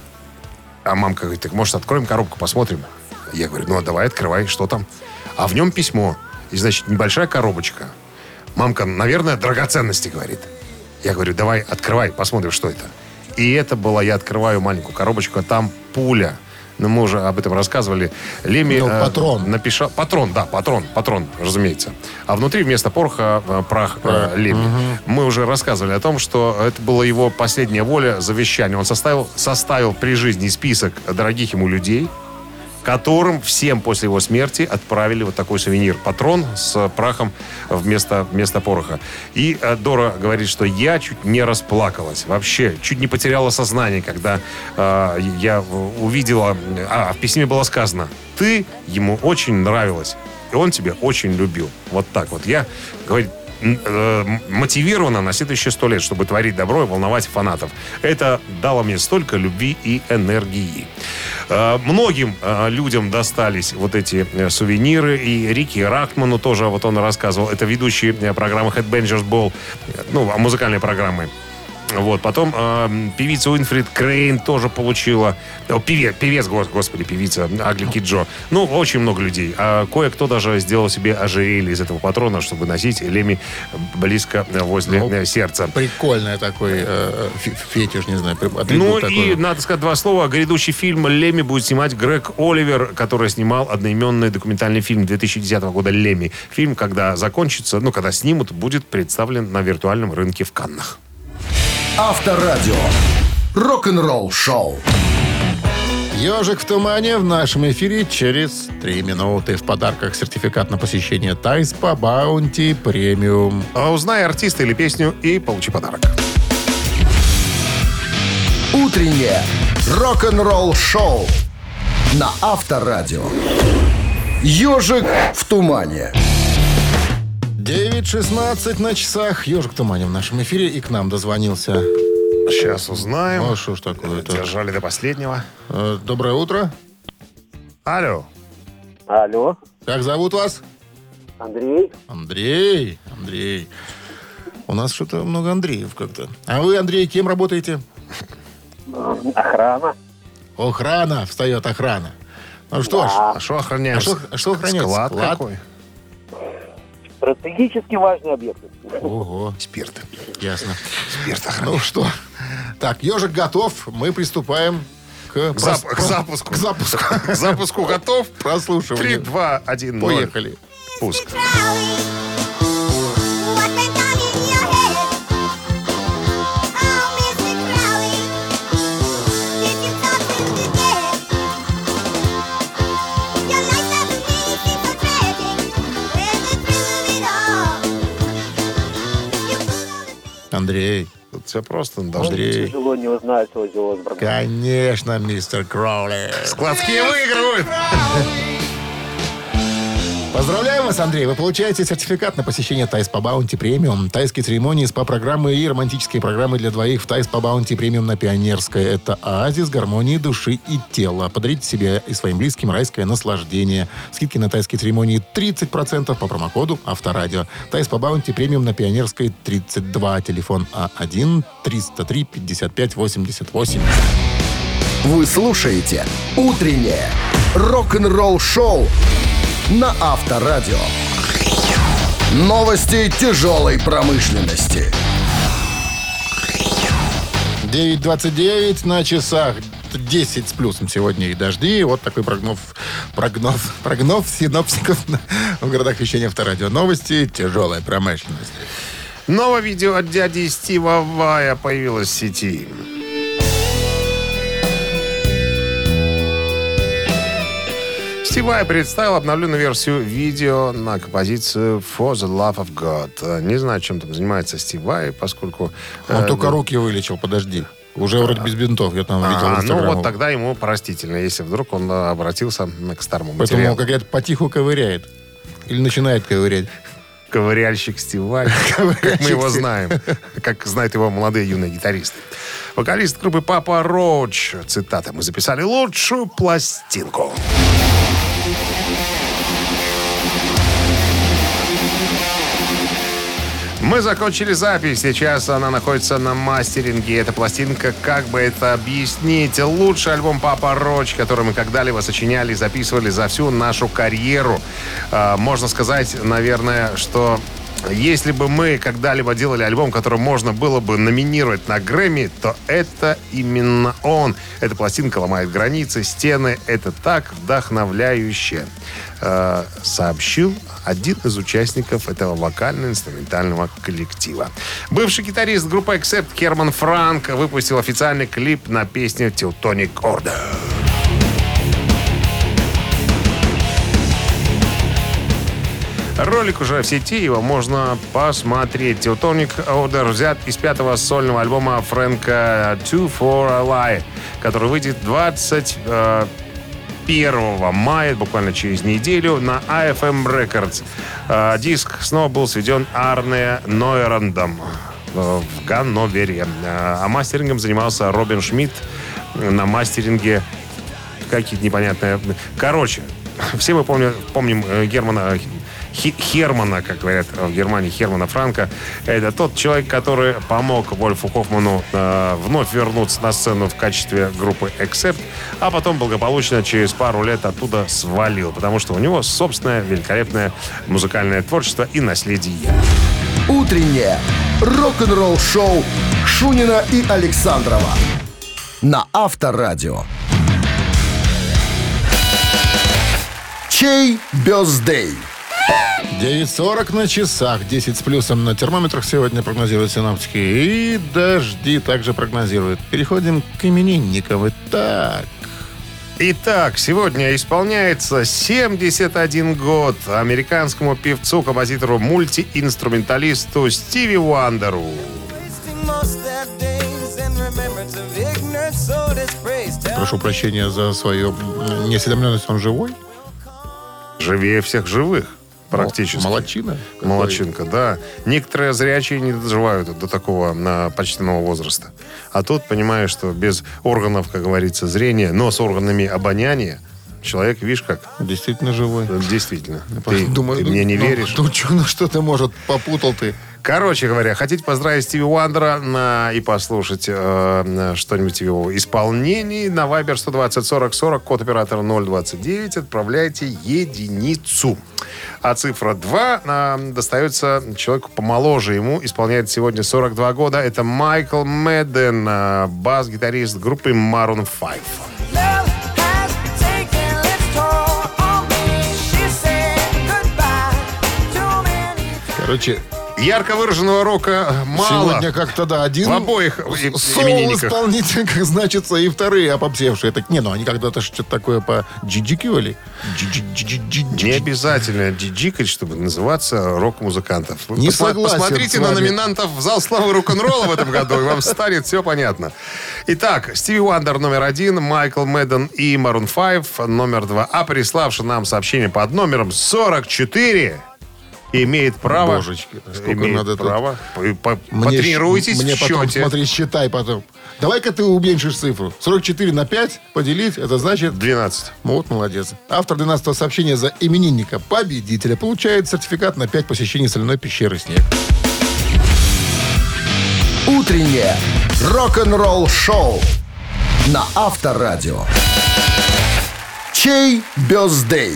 Speaker 6: А мамка говорит: так, может, откроем коробку, посмотрим? Я говорю: ну, давай, открывай, что там? А в нем письмо. И, значит, небольшая коробочка. Мамка, наверное, драгоценности, говорит. Я говорю: давай, открывай, посмотрим, что это. И это было, я открываю маленькую коробочку, а там пуля. Ну, мы уже об этом рассказывали. Лемми
Speaker 5: патрон.
Speaker 6: написал... Патрон, разумеется. А внутри вместо пороха прах Лемми. Мы уже рассказывали о том, что это была его последняя воля, завещание. Он составил при жизни список дорогих ему людей, которым всем после его смерти отправили вот такой сувенир. Патрон с прахом вместо пороха. И Дора говорит, что я чуть не расплакалась. Вообще, чуть не потеряла сознание, когда я увидела... в письме было сказано: ты ему очень нравилась, и он тебя очень любил. Вот так вот. Я, говорит, мотивирована на следующие 100 лет, чтобы творить добро и волновать фанатов. Это дало мне столько любви и энергии. Многим людям достались вот эти сувениры. И Рики Рахману тоже, вот он рассказывал. Это ведущий программы Headbangers Ball, музыкальной программы. Вот. Потом певица Уинфрид Крейн тоже получила. Певица Агли Киджо. Ну, очень много людей. А кое-кто даже сделал себе ожерелье из этого патрона, чтобы носить Лемми близко возле сердца.
Speaker 5: Прикольный такой фетиш, не знаю.
Speaker 6: Ну, такой. И, надо сказать 2 слова. Грядущий фильм Лемми будет снимать Грег Оливер, который снимал одноименный документальный фильм 2010 года «Лемми». Фильм, когда закончится, когда снимут, будет представлен на виртуальном рынке в Каннах.
Speaker 1: Авторадио. Рок-н-ролл шоу.
Speaker 5: «Ежик в тумане» в нашем эфире через 3 минуты. В подарках сертификат на посещение Тайс по Баунти Премиум.
Speaker 6: Узнай артиста или песню и получи подарок.
Speaker 1: Утреннее рок-н-ролл шоу на Авторадио. «Ежик в тумане».
Speaker 5: 9:16 на часах. «Ежик в тумане» в нашем эфире. И к нам дозвонился.
Speaker 6: Сейчас узнаем.
Speaker 5: Ну, что ж такое-то?
Speaker 6: Держали до последнего.
Speaker 5: Доброе утро.
Speaker 6: Алло.
Speaker 10: Алло.
Speaker 5: Как зовут вас?
Speaker 10: Андрей.
Speaker 5: Андрей. У нас что-то много Андреев как-то. А вы, Андрей, кем работаете?
Speaker 10: Охрана.
Speaker 5: Охрана. Встает охрана. Ну что ж.
Speaker 6: А что охраняем?
Speaker 5: А что охраняется?
Speaker 6: Склад какой?
Speaker 12: Стратегически важные объекты.
Speaker 5: Ого.
Speaker 6: Спирт.
Speaker 5: Ясно.
Speaker 6: Спирт.
Speaker 5: Ну что, так, ежик готов, мы приступаем к
Speaker 6: запуску.
Speaker 5: К запуску.
Speaker 6: К запуску готов.
Speaker 5: Прослушивание.
Speaker 6: 3, 2, 1, 0.
Speaker 5: Поехали.
Speaker 6: Пуск.
Speaker 5: Андрей.
Speaker 6: Тут все просто.
Speaker 5: Андрей.
Speaker 12: Тяжело не узнать Оззи Осборна.
Speaker 5: Конечно, мистер Кроули.
Speaker 6: Складские выигрывают.
Speaker 5: Поздравляем вас, Андрей. Вы получаете сертификат на посещение Тайс по Баунти Премиум. Тайские церемонии, СПА-программы и романтические программы для двоих в Тайс по Баунти Премиум на Пионерской. Это оазис гармонии души и тела. Подарите себе и своим близким райское наслаждение. Скидки на тайские церемонии 30% по промокоду Авторадио. Тайс по Баунти Премиум на Пионерской 32. Телефон А1-303-55-88.
Speaker 1: Вы слушаете «Утреннее рок-н-ролл-шоу» на Авторадио. Новости тяжелой промышленности.
Speaker 5: 9:29 на часах. 10 с плюсом сегодня и дожди. Вот такой прогноз синоптиков в городах вещания Авторадио. Новости тяжелая промышленность.
Speaker 6: Новое видео от дяди Стива Вая появилось в сети. Стив Vai представил обновленную версию видео на композицию For the Love of God. Не знаю, чем там занимается Стив Vai, поскольку...
Speaker 5: Он только руки вылечил, подожди. Уже вроде без бинтов, я там видел в Инстаграме.
Speaker 6: Ну вот тогда ему простительно, если вдруг он обратился к старому
Speaker 5: Поэтому
Speaker 6: материалу.
Speaker 5: он, как говорят, потиху ковыряет. Или начинает ковырять.
Speaker 6: Ковыряльщик Стив Vai, как мы его знаем, как знают его молодые юные гитаристы. Вокалист группы Папа Роуч, цитата: «Мы записали лучшую пластинку». Мы закончили запись, сейчас она находится на мастеринге. Эта пластинка, как бы это объяснить, лучший альбом Папа Роч, который мы когда-либо сочиняли и записывали за всю нашу карьеру. Можно сказать, наверное, что если бы мы когда-либо делали альбом, который можно было бы номинировать на Грэмми, то это именно он. Эта пластинка ломает границы, стены. Это так вдохновляюще, сообщил один из участников этого вокально-инструментального коллектива. Бывший гитарист группы Accept Херман Франк выпустил официальный клип на песню «Teutonic Order». Ролик уже в сети, его можно посмотреть. Teutonic Order взят из 5-го сольного альбома Фрэнка «Two for a Lie», который выйдет 21 мая, буквально через неделю, на AFM Records. Диск снова был сведен Арне Нойрандом в Ганновере. А мастерингом занимался Робин Шмидт. На мастеринге какие-то непонятные... Короче, все мы помним Хермана, как говорят в Германии, Хермана Франка. Это тот человек, который помог Вольфу Хоффману вновь вернуться на сцену в качестве группы Accept, а потом благополучно через пару лет оттуда свалил, потому что у него собственное великолепное музыкальное творчество и наследие.
Speaker 1: Утреннее рок-н-ролл-шоу Шунина и Александрова на Авторадио. Чей бёздей?
Speaker 5: 9:40 на часах, 10 с плюсом на термометрах сегодня прогнозируют синоптики. И дожди также прогнозируют. Переходим к именинникам.
Speaker 6: Итак, сегодня исполняется 71 год американскому певцу, композитору, мультиинструменталисту Стиви Уандеру.
Speaker 5: Прошу прощения за свою неосведомленность, он живой?
Speaker 6: Живее всех живых. Практически.
Speaker 5: Молодчина.
Speaker 6: Молодчинка, да. Некоторые зрячие не доживают до такого почтенного возраста. А тут, понимаешь, что без органов, как говорится, зрения, но с органами обоняния, человек, видишь, как...
Speaker 5: Действительно живой.
Speaker 6: Действительно.
Speaker 5: Думаю,
Speaker 6: ты мне не веришь?
Speaker 5: Ну, что ты, может, попутал ты.
Speaker 6: Короче говоря, хотите поздравить Стиви Уандера и послушать что-нибудь в его исполнении, на Viber 120 40 40, код оператора 029, отправляйте единицу. А цифра 2 достается человеку помоложе. Ему исполняет сегодня 42 года. Это Майкл Мэдден, бас-гитарист группы Maroon 5.
Speaker 5: Короче,
Speaker 6: ярко выраженного рока мало.
Speaker 5: Сегодня как-то, да, один
Speaker 6: в обоих именинниках.
Speaker 5: Соул-исполнитель, как значится, и вторые опопсевшие. Так, они когда-то что-то такое по-джиджикивали.
Speaker 6: Не обязательно джиджикать, чтобы называться рок-музыкантов.
Speaker 5: Не согласен
Speaker 6: Посмотрите на номинантов в зал славы рок-н-ролла в этом году, и вам станет все понятно. Итак, Стиви Уандер номер 1, Майкл Мэдден и Maroon 5 номер 2. А приславший нам сообщение под номером 44... имеет право.
Speaker 5: Божечки, сколько надо
Speaker 6: право. Потренируйтесь
Speaker 5: мне
Speaker 6: в счете.
Speaker 5: Потом, смотри, считай потом. Давай-ка ты уменьшишь цифру. 44 на 5 поделить, это значит...
Speaker 6: 12.
Speaker 5: Вот, молодец. Автор 12-го сообщения за именинника победителя получает сертификат на 5 посещений соляной пещеры «Снег».
Speaker 1: Утреннее рок-н-ролл-шоу на Авторадио. Чей бёздей?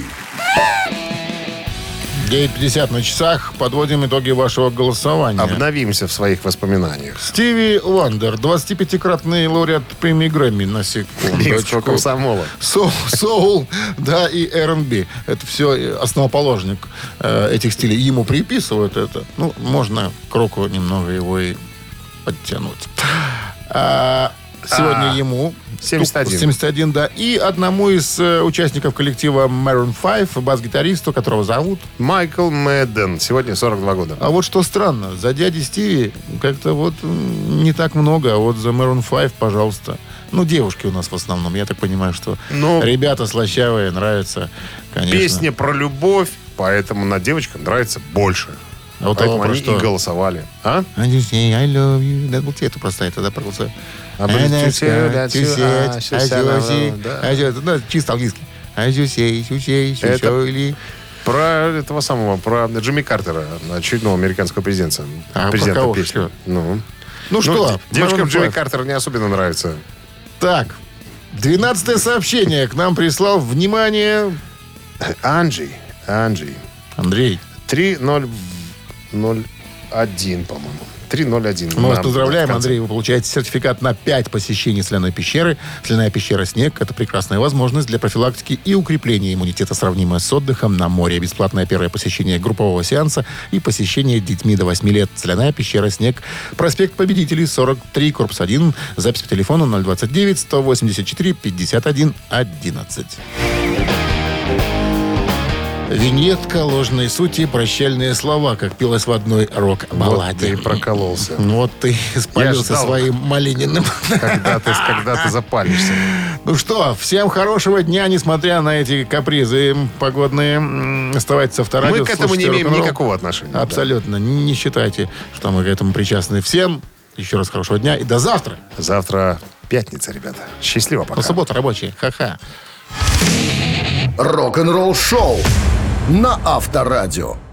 Speaker 5: 9:50 на часах. Подводим итоги вашего голосования.
Speaker 6: Обновимся в своих воспоминаниях.
Speaker 5: Стиви Уандер, 25-кратный лауреат премии Грэмми, на секундочку.
Speaker 6: Комсомола.
Speaker 5: Соул, да, и R&B. Это все основоположник этих стилей. Ему приписывают это. Можно к року немного его и подтянуть. Сегодня ему 71, да. И одному из участников коллектива Maroon 5, бас-гитаристу, которого зовут
Speaker 6: Майкл Мэдден. Сегодня 42 года.
Speaker 5: А вот что странно, за дяди Стиви как-то вот не так много, а вот за Maroon 5, пожалуйста. Девушки у нас в основном. Я так понимаю, что ребята слащавые, нравятся, конечно.
Speaker 6: Песня про любовь, поэтому на девочкам нравится больше.
Speaker 5: А вот
Speaker 6: поэтому они и голосовали. I
Speaker 5: love you. Да, вот это простая тогда проголосовали. Чисто английский.
Speaker 6: Это про этого самого, про Джимми Картера, очередного американского президента.
Speaker 5: Про кого?
Speaker 6: Песни.
Speaker 5: Что?
Speaker 6: Девочкам Джимми Картер не особенно нравится.
Speaker 5: Так, 12-е сообщение к нам прислал, внимание,
Speaker 6: Андрей. 3-0-0-1, по-моему. 3-0-1.
Speaker 5: Мы вас поздравляем, Андрей. Вы получаете сертификат на 5 посещений соляной пещеры. Соляная пещера «Снег» — это прекрасная возможность для профилактики и укрепления иммунитета, сравнимая с отдыхом на море. Бесплатное первое посещение группового сеанса и посещение детьми до 8 лет. Соляная пещера «Снег». Проспект Победителей, 43, корпус 1. Запись по телефону 029-184-51-11. Виньетка, ложные сути, прощальные слова, как пелось в одной рок-балладе.
Speaker 6: Вот ты прокололся.
Speaker 5: Вот ты спалился своим малининым.
Speaker 6: Когда ты запалишься.
Speaker 5: Ну что, всем хорошего дня, несмотря на эти капризы погодные. Оставайтесь с Авторадио.
Speaker 6: Мы к этому не имеем никакого отношения.
Speaker 5: Абсолютно. Не считайте, что мы к этому причастны. Всем еще раз хорошего дня и до завтра.
Speaker 6: Завтра пятница, ребята. Счастливо, пока.
Speaker 5: Суббота рабочая. Ха-ха.
Speaker 1: Рок-н-ролл шоу на Авторадио.